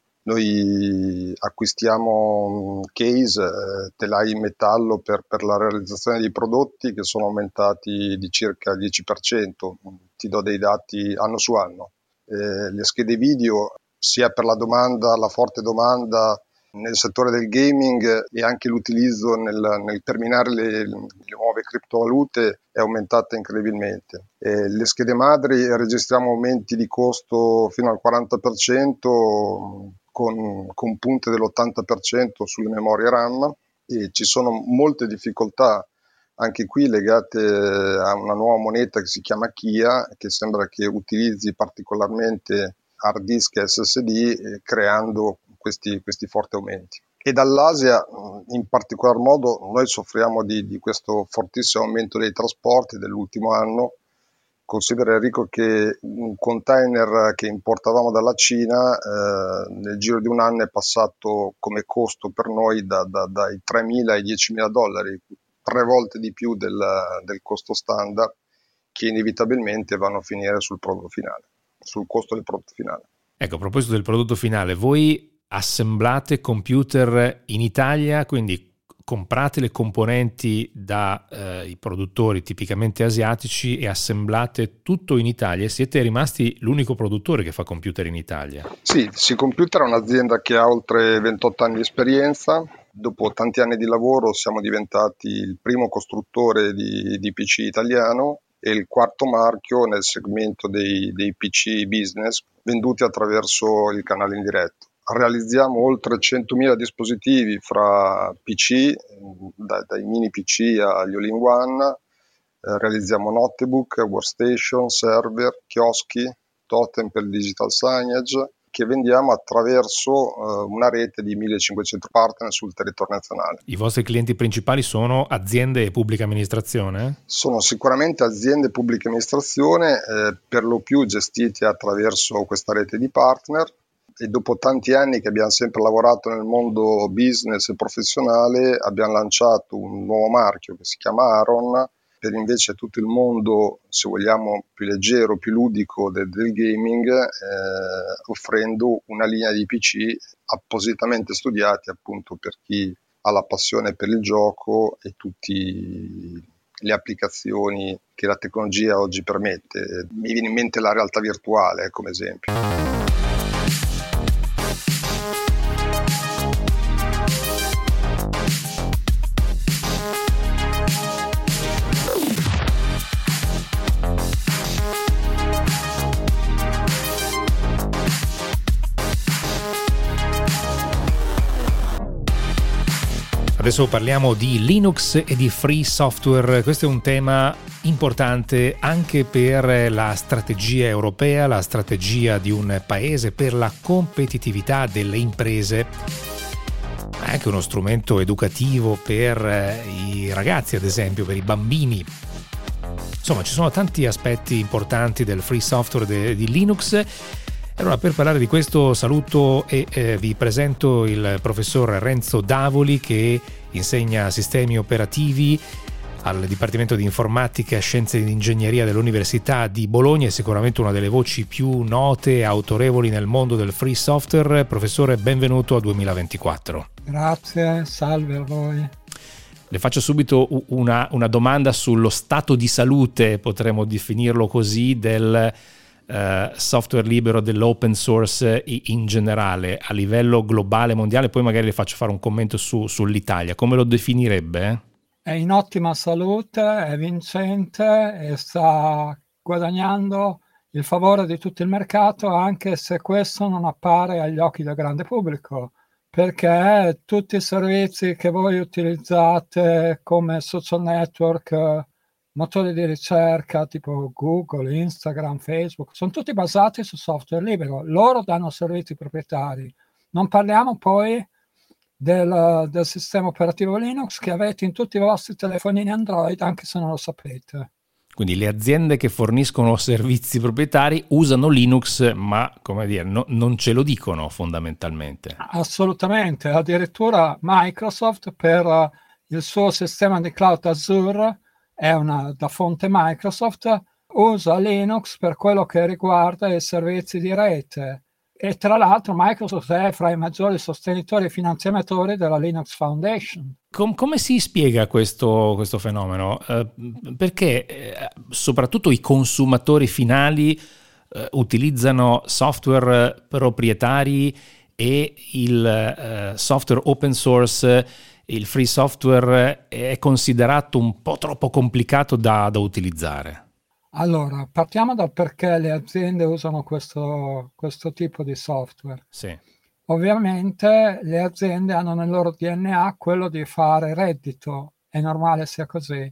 Noi acquistiamo case, eh, telai in metallo per, per la realizzazione dei prodotti che sono aumentati di circa il dieci per cento, ti do dei dati anno su anno. Eh, le schede video, sia per la domanda, la forte domanda nel settore del gaming e anche l'utilizzo nel, nel terminare le, le nuove criptovalute è aumentata incredibilmente. E le schede madri registriamo aumenti di costo fino al quaranta per cento con, con punte dell'ottanta per cento sulle memorie RAM, e ci sono molte difficoltà anche qui legate a una nuova moneta che si chiama Chia, che sembra che utilizzi particolarmente hard disk e S S D, eh, creando questi, questi forti aumenti. E dall'Asia, in particolar modo, noi soffriamo di, di questo fortissimo aumento dei trasporti dell'ultimo anno. Considera, Enrico, che un container che importavamo dalla Cina eh, nel giro di un anno è passato come costo per noi da, da, dai tremila ai diecimila dollari, tre volte di più del, del costo standard, che inevitabilmente vanno a finire sul prodotto finale. sul costo del prodotto finale. Ecco, a proposito del prodotto finale, voi assemblate computer in Italia, quindi comprate le componenti dai eh, produttori tipicamente asiatici e assemblate tutto in Italia. Siete rimasti l'unico produttore che fa computer in Italia? Sì, C Computer è un'azienda che ha oltre ventotto anni di esperienza. Dopo tanti anni di lavoro siamo diventati il primo costruttore di, di P C italiano e il quarto marchio nel segmento dei, dei P C business venduti attraverso il canale indiretto. Realizziamo oltre centomila dispositivi fra P C, dai, dai mini P C agli all-in-one, eh, realizziamo notebook, workstation, server, chioschi, totem per il digital signage, che vendiamo attraverso eh, una rete di millecinquecento partner sul territorio nazionale. I vostri clienti principali sono aziende e pubblica amministrazione? Sono sicuramente aziende e pubblica amministrazione, eh, per lo più gestite attraverso questa rete di partner, e dopo tanti anni che abbiamo sempre lavorato nel mondo business e professionale abbiamo lanciato un nuovo marchio che si chiama Aron, per invece tutto il mondo, se vogliamo, più leggero, più ludico del, del gaming, eh, offrendo una linea di P C appositamente studiati appunto per chi ha la passione per il gioco e tutte le applicazioni che la tecnologia oggi permette. Mi viene in mente la realtà virtuale come esempio. Adesso parliamo di Linux e di free software. Questo è un tema importante anche per la strategia europea, la strategia di un paese, per la competitività delle imprese. È anche uno strumento educativo per i ragazzi, ad esempio, per i bambini. Insomma, ci sono tanti aspetti importanti del free software de, di Linux. Allora, per parlare di questo saluto e eh, vi presento il professor Renzo Davoli, che insegna sistemi operativi al Dipartimento di Informatica e Scienze ed Ingegneria dell'Università di Bologna. È sicuramente una delle voci più note e autorevoli nel mondo del free software. Professore, benvenuto a duemilaventiquattro. Grazie, salve a voi. Le faccio subito una, una domanda sullo stato di salute, potremmo definirlo così, del Uh, software libero, dell'open source in generale a livello globale, mondiale. Poi magari le faccio fare un commento su, sull'Italia. Come lo definirebbe? È in ottima salute, è vincente e sta guadagnando il favore di tutto il mercato, anche se questo non appare agli occhi del grande pubblico, perché tutti i servizi che voi utilizzate come social network, motori di ricerca tipo Google, Instagram, Facebook, sono tutti basati su software libero. Loro danno servizi proprietari. Non parliamo poi del, del sistema operativo Linux che avete in tutti i vostri telefonini Android, anche se non lo sapete. Quindi le aziende che forniscono servizi proprietari usano Linux, ma come dire, no, non ce lo dicono fondamentalmente. Assolutamente. Addirittura Microsoft, per il suo sistema di cloud Azure, è una da fonte Microsoft, usa Linux per quello che riguarda i servizi di rete. E tra l'altro Microsoft è fra i maggiori sostenitori e finanziatori della Linux Foundation. Com- come si spiega questo, questo fenomeno? Eh, perché eh, soprattutto i consumatori finali eh, utilizzano software proprietari e il eh, software open source, il free software, è considerato un po' troppo complicato da, da utilizzare? Allora, partiamo dal perché le aziende usano questo, questo tipo di software. Sì. Ovviamente le aziende hanno nel loro D N A quello di fare reddito, è normale sia così,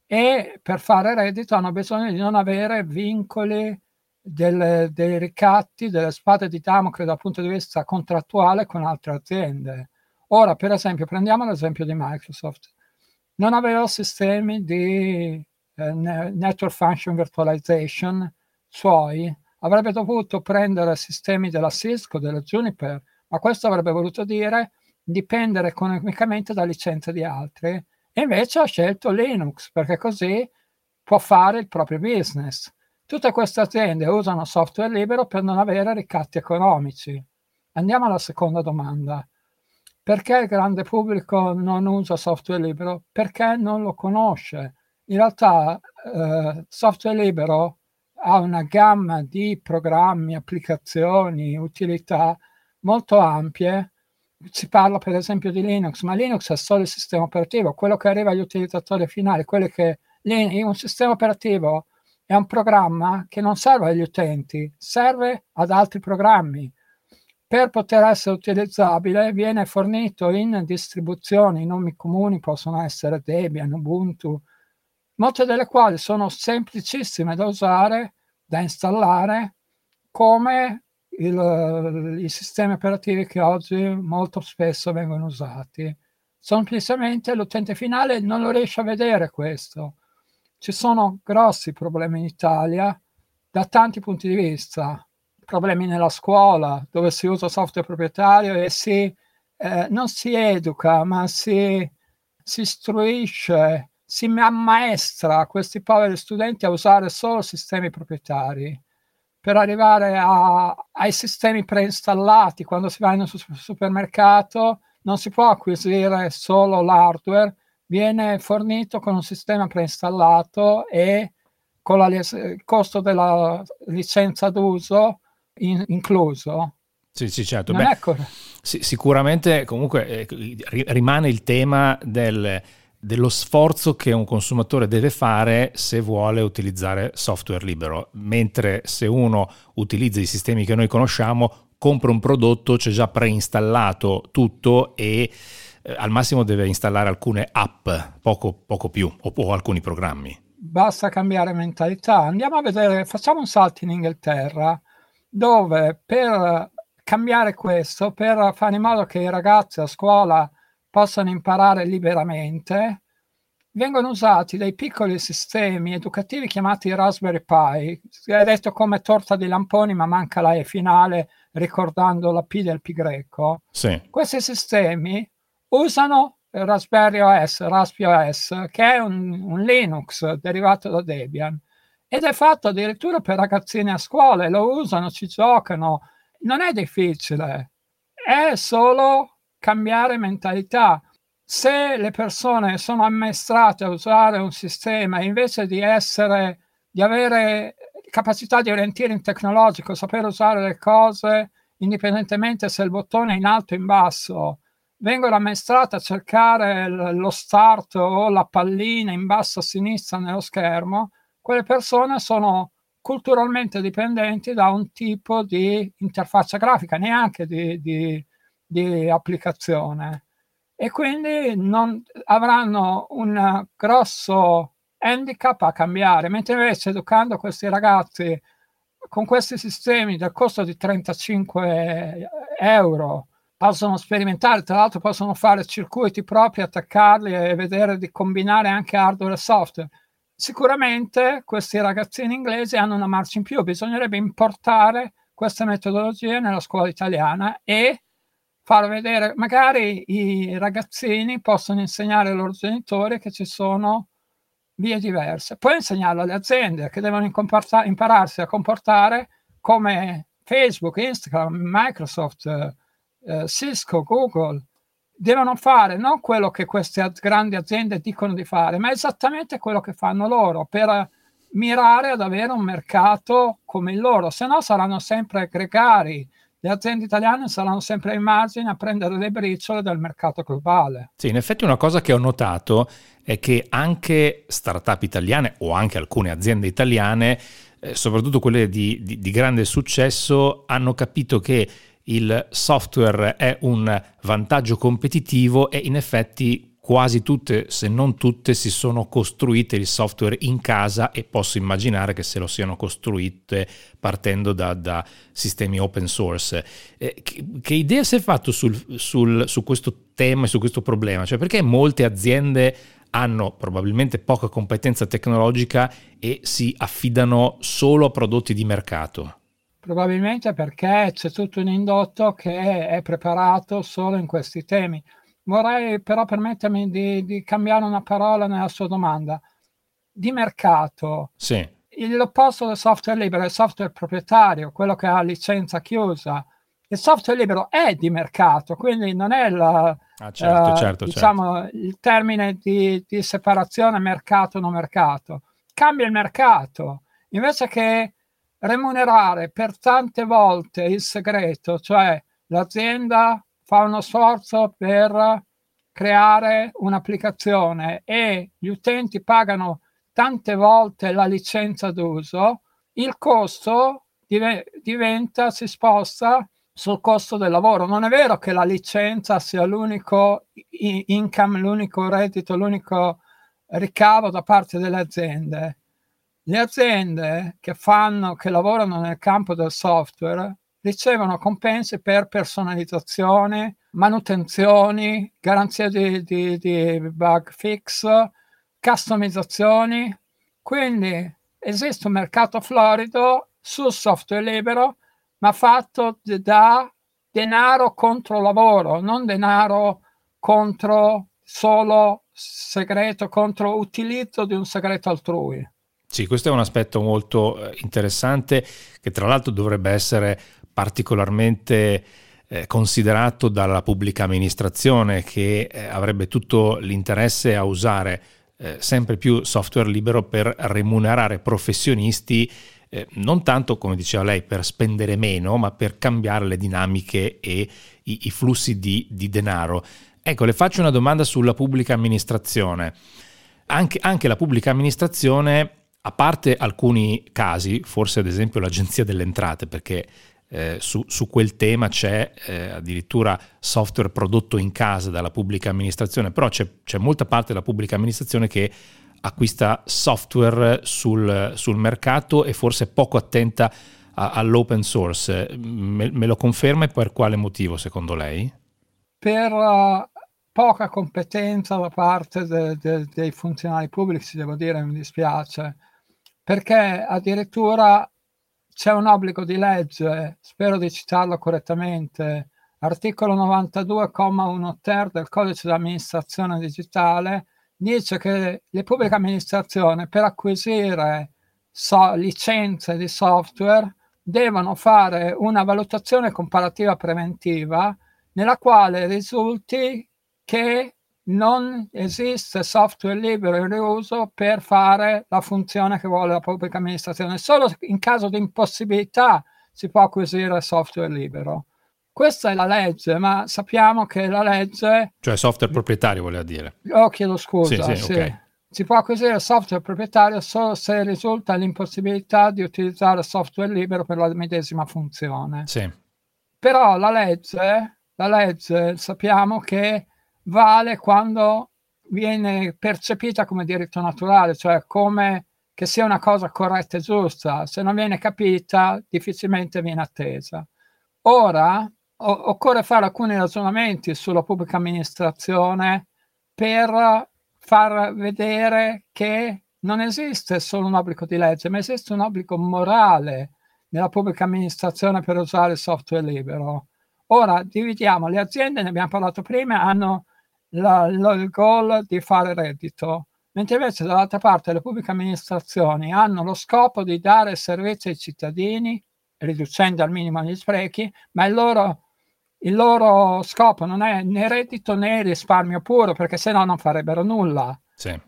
e per fare reddito hanno bisogno di non avere vincoli, delle, dei ricatti, delle spade di Damocle dal punto di vista contrattuale con altre aziende. Ora, per esempio, prendiamo l'esempio di Microsoft. Non aveva sistemi di eh, Network Function Virtualization suoi, avrebbe dovuto prendere sistemi della Cisco, della Juniper, ma questo avrebbe voluto dire dipendere economicamente da licenze di altri, e invece ha scelto Linux, perché così può fare il proprio business. Tutte queste aziende usano software libero per non avere ricatti economici. Andiamo alla seconda domanda. Perché il grande pubblico non usa software libero? Perché non lo conosce. In realtà eh, software libero ha una gamma di programmi, applicazioni, utilità molto ampie. Si parla per esempio di Linux, ma Linux è solo il sistema operativo, quello che arriva agli utilizzatori finali, quello che un sistema operativo è un programma che non serve agli utenti, serve ad altri programmi. Per poter essere utilizzabile viene fornito in distribuzioni, i nomi comuni possono essere Debian, Ubuntu, molte delle quali sono semplicissime da usare, da installare, come il, i sistemi operativi che oggi molto spesso vengono usati. Semplicemente l'utente finale non lo riesce a vedere questo. Ci sono grossi problemi in Italia da tanti punti di vista. Problemi nella scuola, dove si usa software proprietario e si, eh, non si educa, ma si, si istruisce, si ammaestra questi poveri studenti a usare solo sistemi proprietari, per arrivare a, ai sistemi preinstallati. Quando si va in un supermercato non si può acquisire solo l'hardware, viene fornito con un sistema preinstallato e con la, il costo della licenza d'uso in, incluso. Sì, sì, certo. Non Beh, è così. Sì, sicuramente comunque eh, rimane il tema del, dello sforzo che un consumatore deve fare se vuole utilizzare software libero, mentre se uno utilizza i sistemi che noi conosciamo, compra un prodotto, c'è già preinstallato tutto e eh, al massimo deve installare alcune app, poco, poco più, o, o alcuni programmi. Basta cambiare mentalità. Andiamo a vedere, facciamo un salto in Inghilterra, dove per cambiare questo, per fare in modo che i ragazzi a scuola possano imparare liberamente, vengono usati dei piccoli sistemi educativi chiamati Raspberry Pi. È detto come torta di lamponi, ma manca la E finale, ricordando la P del pi greco. Sì. Questi sistemi usano il Raspberry O S, Raspi O S, che è un, un Linux derivato da Debian, ed è fatto addirittura per ragazzini a scuola, e lo usano, ci giocano. Non è difficile, è solo cambiare mentalità. Se le persone sono ammaestrate a usare un sistema, invece di essere, di avere capacità di orientamento tecnologico, sapere usare le cose indipendentemente se il bottone è in alto o in basso, vengono ammaestrate a cercare lo start o la pallina in basso a sinistra nello schermo, quelle persone sono culturalmente dipendenti da un tipo di interfaccia grafica, neanche di, di, di applicazione. E quindi non avranno un grosso handicap a cambiare, mentre invece educando questi ragazzi con questi sistemi del costo di trentacinque euro possono sperimentare, tra l'altro possono fare circuiti propri, attaccarli e vedere di combinare anche hardware e software. Sicuramente questi ragazzini inglesi hanno una marcia in più, bisognerebbe importare queste metodologie nella scuola italiana e far vedere, magari i ragazzini possono insegnare ai loro genitori che ci sono vie diverse, poi insegnarlo alle aziende che devono impararsi a comportare come Facebook, Instagram, Microsoft, eh, Cisco, Google. Devono fare non quello che queste grandi aziende dicono di fare, ma esattamente quello che fanno loro, per mirare ad avere un mercato come il loro, se no saranno sempre gregari. Le aziende italiane saranno sempre ai margini a prendere le briciole del mercato globale. Sì, in effetti una cosa che ho notato è che anche startup italiane o anche alcune aziende italiane, eh, soprattutto quelle di, di, di grande successo, hanno capito che il software è un vantaggio competitivo e in effetti quasi tutte, se non tutte, si sono costruite il software in casa e posso immaginare che se lo siano costruite partendo da, da sistemi open source. Eh, che, che idea si è fatto sul, sul, su questo tema e su questo problema? Cioè, perché molte aziende hanno probabilmente poca competenza tecnologica e si affidano solo a prodotti di mercato? Probabilmente perché c'è tutto un indotto che è preparato solo in questi temi. Vorrei però permettermi di, di cambiare una parola nella sua domanda. Di mercato. Sì. L'opposto del software libero è il software proprietario, quello che ha licenza chiusa. Il software libero è di mercato, quindi non è la, ah, certo, uh, certo, diciamo, certo. il termine di, di separazione mercato-non mercato. Cambia il mercato. Invece che remunerare per tante volte il segreto, cioè l'azienda fa uno sforzo per creare un'applicazione e gli utenti pagano tante volte la licenza d'uso, il costo div- diventa, si sposta sul costo del lavoro. Non è vero che la licenza sia l'unico income, l'unico reddito, l'unico ricavo da parte delle aziende. Le aziende che fanno, che lavorano nel campo del software ricevono compensi per personalizzazione, manutenzioni, garanzia di, di, di bug fix, customizzazioni. Quindi esiste un mercato florido sul software libero, ma fatto da denaro contro lavoro, non denaro contro solo segreto, contro utilizzo di un segreto altrui. Sì, questo è un aspetto molto interessante che tra l'altro dovrebbe essere particolarmente eh, considerato dalla pubblica amministrazione, che eh, avrebbe tutto l'interesse a usare eh, sempre più software libero per remunerare professionisti, eh, non tanto, come diceva lei, per spendere meno, ma per cambiare le dinamiche e i, i flussi di, di denaro. Ecco, le faccio una domanda sulla pubblica amministrazione. Anche, anche la pubblica amministrazione, a parte alcuni casi, forse ad esempio l'Agenzia delle Entrate, perché eh, su, su quel tema c'è eh, addirittura software prodotto in casa dalla pubblica amministrazione, però c'è, c'è molta parte della pubblica amministrazione che acquista software sul, sul mercato e forse poco attenta a, all'open source. Me, me lo conferma, e per quale motivo secondo lei? Per uh, poca competenza da parte de, de, dei funzionari pubblici, devo dire, mi dispiace, perché addirittura c'è un obbligo di legge, spero di citarlo correttamente, articolo novantadue, comma uno ter del codice dell'amministrazione digitale, dice che le pubbliche amministrazioni per acquisire so, licenze di software devono fare una valutazione comparativa preventiva nella quale risulti che non esiste software libero in riuso per fare la funzione che vuole la pubblica amministrazione. Solo in caso di impossibilità si può acquisire software libero. Questa è la legge, ma sappiamo che la legge... Cioè software proprietario, voleva dire. Oh, chiedo scusa. Sì, sì, sì. Okay. Si può acquisire software proprietario solo se risulta l'impossibilità di utilizzare software libero per la medesima funzione. Sì. Però la legge, la legge sappiamo che vale quando viene percepita come diritto naturale, cioè come che sia una cosa corretta e giusta. Se non viene capita, difficilmente viene attesa. Ora o- occorre fare alcuni ragionamenti sulla pubblica amministrazione per far vedere che non esiste solo un obbligo di legge, ma esiste un obbligo morale nella pubblica amministrazione per usare il software libero. Ora dividiamo, le aziende, ne abbiamo parlato prima, hanno la, la, il goal di fare reddito, mentre invece dall'altra parte le pubbliche amministrazioni hanno lo scopo di dare servizi ai cittadini, riducendo al minimo gli sprechi, ma il loro, il loro scopo non è né reddito né risparmio puro, perché se no non farebbero nulla. Sì.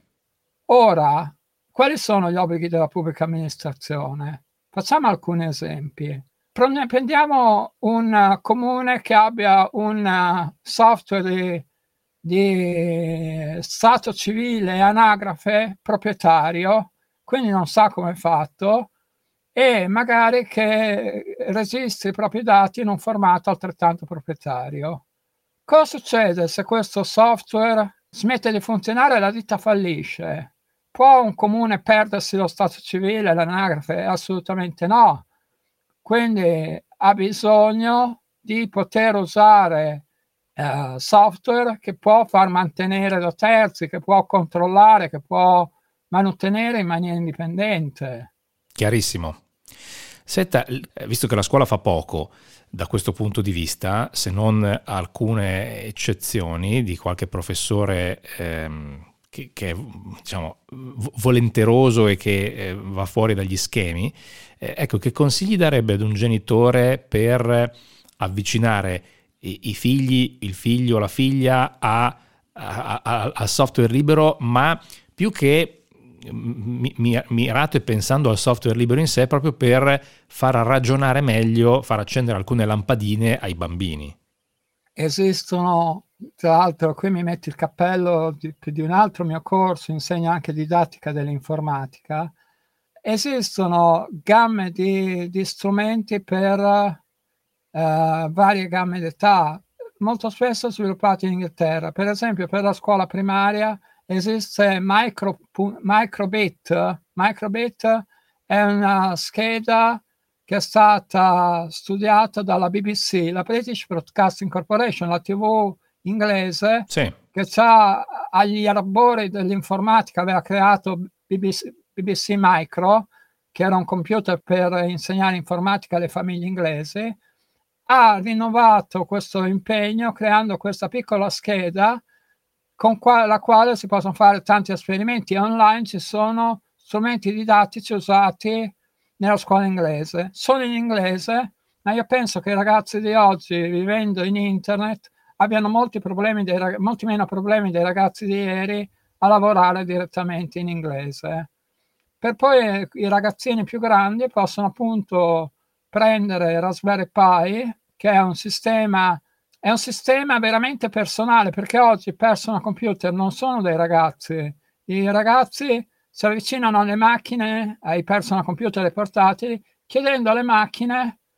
Ora, quali sono gli obblighi della pubblica amministrazione? Facciamo alcuni esempi. Prendiamo un comune che abbia un software di, di stato civile e anagrafe proprietario, quindi non sa come è fatto, e magari che registri i propri dati in un formato altrettanto proprietario. Cosa succede se questo software smette di funzionare e la ditta fallisce? Può un comune perdersi lo stato civile e l'anagrafe? Assolutamente no. Quindi ha bisogno di poter usare eh, software che può far mantenere da terzi, che può controllare, che può mantenere in maniera indipendente. Chiarissimo. Senta, visto che la scuola fa poco da questo punto di vista, se non alcune eccezioni di qualche professore ehm, che, che è diciamo, volenteroso e che eh, va fuori dagli schemi, eh, ecco, che consigli darebbe ad un genitore per avvicinare i, i figli, il figlio o la figlia a, a, a, a software libero, ma più che mirato e pensando al software libero in sé, proprio per far ragionare meglio, far accendere alcune lampadine ai bambini? Esistono, tra l'altro, qui mi metto il cappello di, di un altro mio corso, insegno anche didattica dell'informatica. Esistono gamme di, di strumenti per eh, varie gamme d'età, molto spesso sviluppati in Inghilterra. Per esempio, per la scuola primaria esiste Micro, Microbit. Microbit è una scheda che è stata studiata dalla B B C, la British Broadcasting Corporation, la tivù inglese, sì, che c'ha agli arbori dell'informatica, aveva creato B B C, B B C Micro, che era un computer per insegnare informatica alle famiglie inglesi. Ha rinnovato questo impegno creando questa piccola scheda con qua- la quale si possono fare tanti esperimenti. Online ci sono strumenti didattici usati nella scuola inglese. Sono in inglese, ma io penso che i ragazzi di oggi, vivendo in internet, abbiano molti problemi dei rag- molti meno problemi dei ragazzi di ieri a lavorare direttamente in inglese. Per poi i ragazzini più grandi possono appunto prendere Raspberry Pi, che è un sistema È un sistema veramente personale, perché oggi i personal computer non sono dei ragazzi. I ragazzi si avvicinano alle macchine, ai personal computer e portatili, chiedendo alle macchine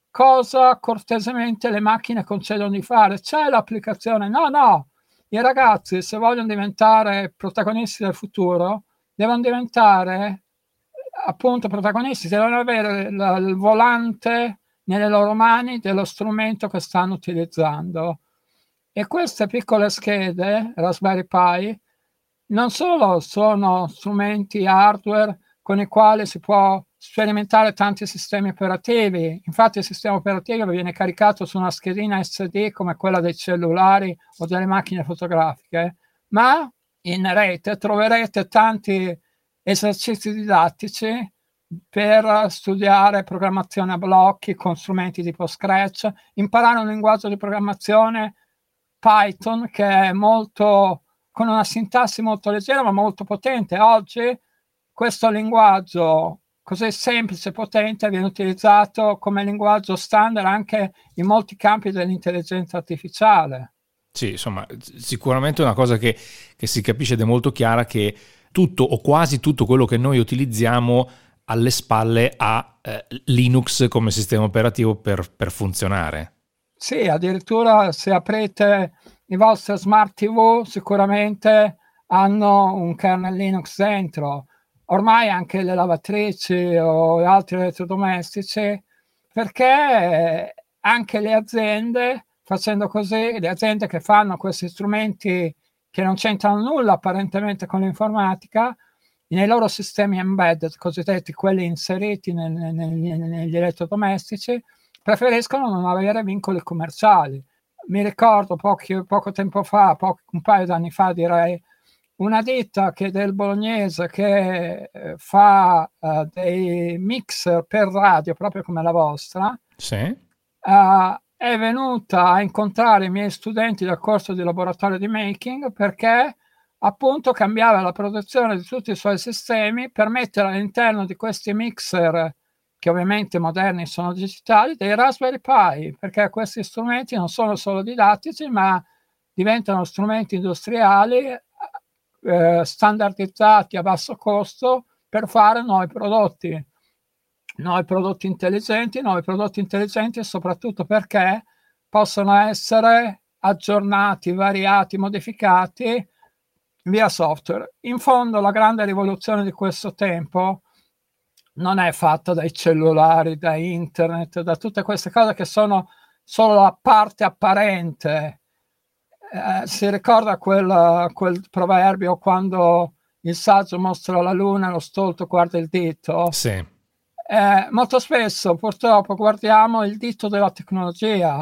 cosa cortesemente le macchine concedono di fare. C'è l'applicazione? No, no, i ragazzi, se vogliono diventare protagonisti del futuro, devono diventare appunto protagonisti, devono avere la, il volante nelle loro mani dello strumento che stanno utilizzando. E queste piccole schede, Raspberry Pi, non solo sono strumenti hardware con i quali si può sperimentare tanti sistemi operativi, infatti il sistema operativo viene caricato su una schedina S D come quella dei cellulari o delle macchine fotografiche, ma in rete troverete tanti esercizi didattici per studiare programmazione a blocchi con strumenti tipo Scratch, imparare un linguaggio di programmazione Python che è molto, con una sintassi molto leggera ma molto potente. Oggi questo linguaggio così semplice e potente viene utilizzato come linguaggio standard anche in molti campi dell'intelligenza artificiale. Sì, insomma, sicuramente è una cosa che, che si capisce ed è molto chiara, che tutto o quasi tutto quello che noi utilizziamo alle spalle ha eh, Linux come sistema operativo per, per funzionare. Sì, addirittura se aprite i vostri smart tivù sicuramente hanno un kernel Linux dentro. Ormai anche le lavatrici o altri elettrodomestici, perché anche le aziende, facendo così, le aziende che fanno questi strumenti che non c'entrano nulla apparentemente con l'informatica, nei loro sistemi embedded, cosiddetti quelli inseriti nel, nel, negli elettrodomestici, preferiscono non avere vincoli commerciali. Mi ricordo pochi, poco tempo fa, poco, un paio d'anni fa direi, una ditta che del bolognese che eh, fa uh, dei mixer per radio, proprio come la vostra, sì. uh, è venuta a incontrare i miei studenti del corso di laboratorio di making perché appunto cambiava la produzione di tutti i suoi sistemi per mettere all'interno di questi mixer, che ovviamente moderni sono digitali, dei Raspberry Pi, perché questi strumenti non sono solo didattici ma diventano strumenti industriali Eh, standardizzati a basso costo per fare nuovi prodotti, nuovi prodotti intelligenti, nuovi prodotti intelligenti soprattutto perché possono essere aggiornati, variati, modificati via software. In fondo la grande rivoluzione di questo tempo non è fatta dai cellulari, da internet, da tutte queste cose che sono solo la parte apparente. Eh, si ricorda quel, quel proverbio quando il saggio mostra la luna e lo stolto guarda il dito? Sì. Eh, molto spesso purtroppo guardiamo il dito della tecnologia,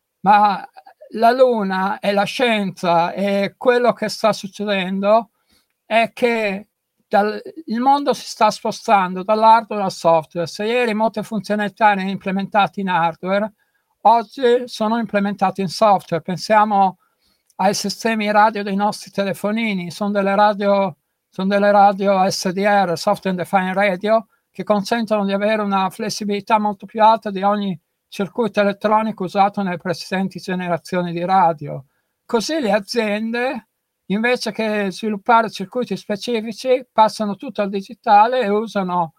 ma la luna e la scienza e quello che sta succedendo è che dal, il mondo si sta spostando dall'hardware al software. Se ieri molte funzionalità erano implementate in hardware, oggi sono implementate in software. Pensiamo ai sistemi radio dei nostri telefonini, sono delle radio, sono delle radio S D R, Software Defined Radio, che consentono di avere una flessibilità molto più alta di ogni circuito elettronico usato nelle precedenti generazioni di radio. Così le aziende, invece che sviluppare circuiti specifici, passano tutto al digitale e usano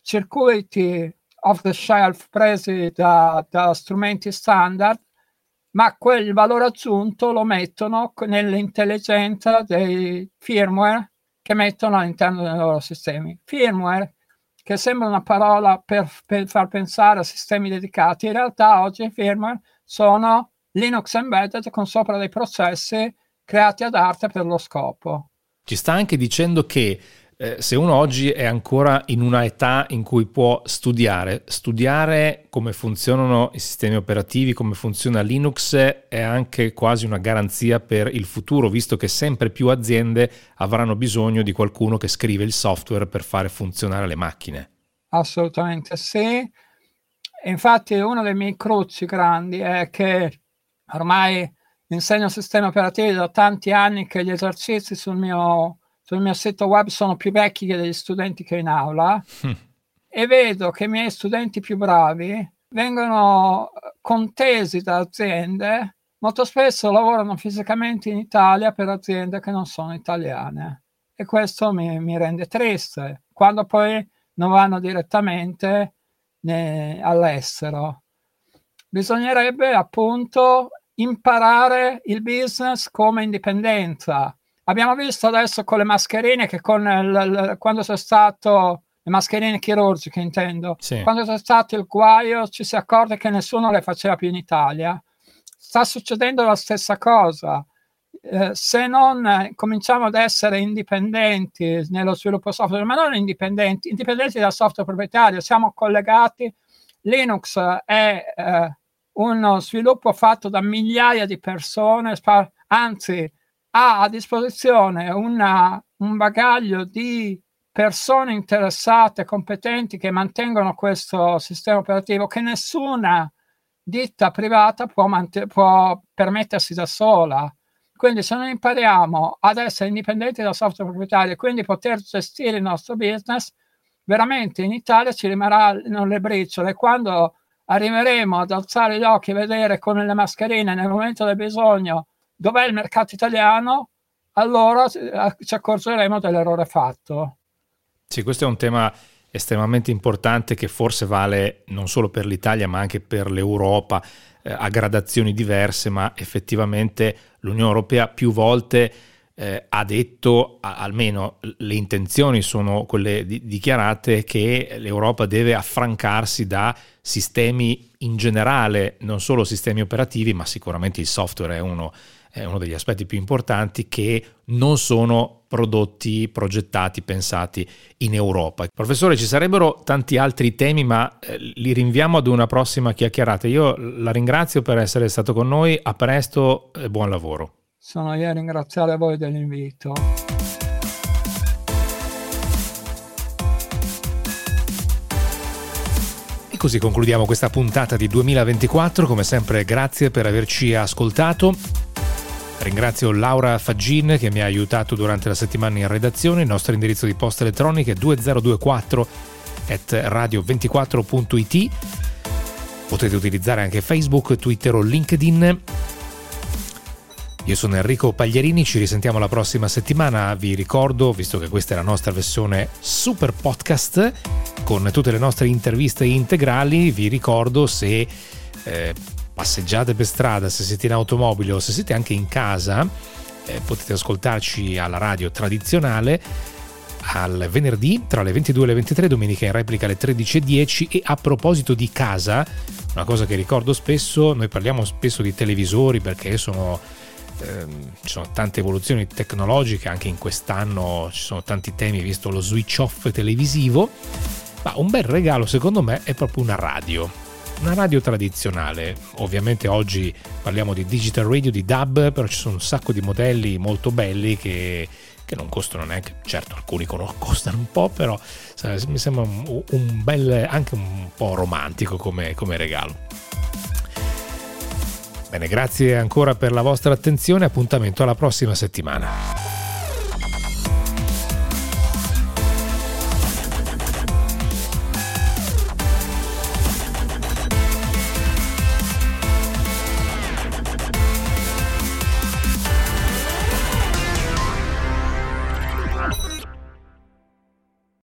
circuiti off the shelf presi da, da strumenti standard, ma quel valore aggiunto lo mettono nell'intelligenza dei firmware che mettono all'interno dei loro sistemi. Firmware, che sembra una parola per, per far pensare a sistemi dedicati, in realtà oggi i firmware sono Linux embedded con sopra dei processi creati ad arte per lo scopo. Ci sta anche dicendo che eh, se uno oggi è ancora in una età in cui può studiare, studiare come funzionano i sistemi operativi, come funziona Linux, è anche quasi una garanzia per il futuro, visto che sempre più aziende avranno bisogno di qualcuno che scrive il software per fare funzionare le macchine. Assolutamente sì. Infatti uno dei miei crucci grandi è che ormai insegno sistemi operativi da tanti anni, che gli esercizi sul mio sul mio sito web sono più vecchi che degli studenti che ho in aula mm. e vedo che i miei studenti più bravi vengono contesi da aziende, molto spesso lavorano fisicamente in Italia per aziende che non sono italiane, e questo mi, mi rende triste, quando poi non vanno direttamente né, all'estero. bisognerebbe appunto imparare il business come indipendenza. Abbiamo visto adesso con le mascherine che con il, quando c'è stato, le mascherine chirurgiche intendo, sì. quando c'è stato il guaio ci si accorge che nessuno le faceva più in Italia. Sta succedendo la stessa cosa. Eh, se non eh, cominciamo ad essere indipendenti nello sviluppo software, ma non indipendenti, indipendenti dal software proprietario, siamo collegati. Linux è eh, uno sviluppo fatto da migliaia di persone, anzi ha a disposizione una, un bagaglio di persone interessate, competenti, che mantengono questo sistema operativo che nessuna ditta privata può, mant- può permettersi da sola. Quindi se non impariamo ad essere indipendenti dal software proprietario e quindi poter gestire il nostro business, veramente in Italia ci rimarranno le briciole. Quando arriveremo ad alzare gli occhi e vedere con le mascherine nel momento del bisogno dov'è il mercato italiano, allora ci accorgeremo dell'errore fatto. Sì, questo è un tema estremamente importante che forse vale non solo per l'Italia ma anche per l'Europa, eh, a gradazioni diverse, ma effettivamente l'Unione Europea più volte eh, ha detto, a, almeno le intenzioni sono quelle di, dichiarate, che l'Europa deve affrancarsi da sistemi in generale, non solo sistemi operativi, ma sicuramente il software è uno è uno degli aspetti più importanti, che non sono prodotti progettati, pensati in Europa. Professore, ci sarebbero tanti altri temi, ma eh, li rinviamo ad una prossima chiacchierata. Io la ringrazio per essere stato con noi, a presto e buon lavoro. Sono io a ringraziare voi dell'invito. E così concludiamo questa puntata di duemilaventiquattro. Come sempre, grazie per averci ascoltato. Ringrazio Laura Faggin che mi ha aiutato durante la settimana in redazione. Il nostro indirizzo di posta elettronica è duemilaventiquattro at radio ventiquattro punto it. Potete utilizzare anche Facebook, Twitter o LinkedIn. Io sono Enrico Pagliarini, ci risentiamo la prossima settimana. Vi ricordo, visto che questa è la nostra versione super podcast con tutte le nostre interviste integrali, vi ricordo, se eh, passeggiate per strada, se siete in automobile o se siete anche in casa, eh, potete ascoltarci alla radio tradizionale al venerdì tra le ventidue e le ventitré, domenica in replica alle tredici e dieci. E a proposito di casa, una cosa che ricordo spesso, noi parliamo spesso di televisori perché sono, ehm, ci sono tante evoluzioni tecnologiche, anche in quest'anno ci sono tanti temi, visto lo switch off televisivo, ma un bel regalo secondo me è proprio una radio. Una radio tradizionale. Ovviamente oggi parliamo di digital radio, di D A B, però ci sono un sacco di modelli molto belli che, che non costano neanche, certo alcuni costano un po', però mi sembra un, un bel, anche un po' romantico come, come regalo. Bene, grazie ancora per la vostra attenzione, appuntamento alla prossima settimana.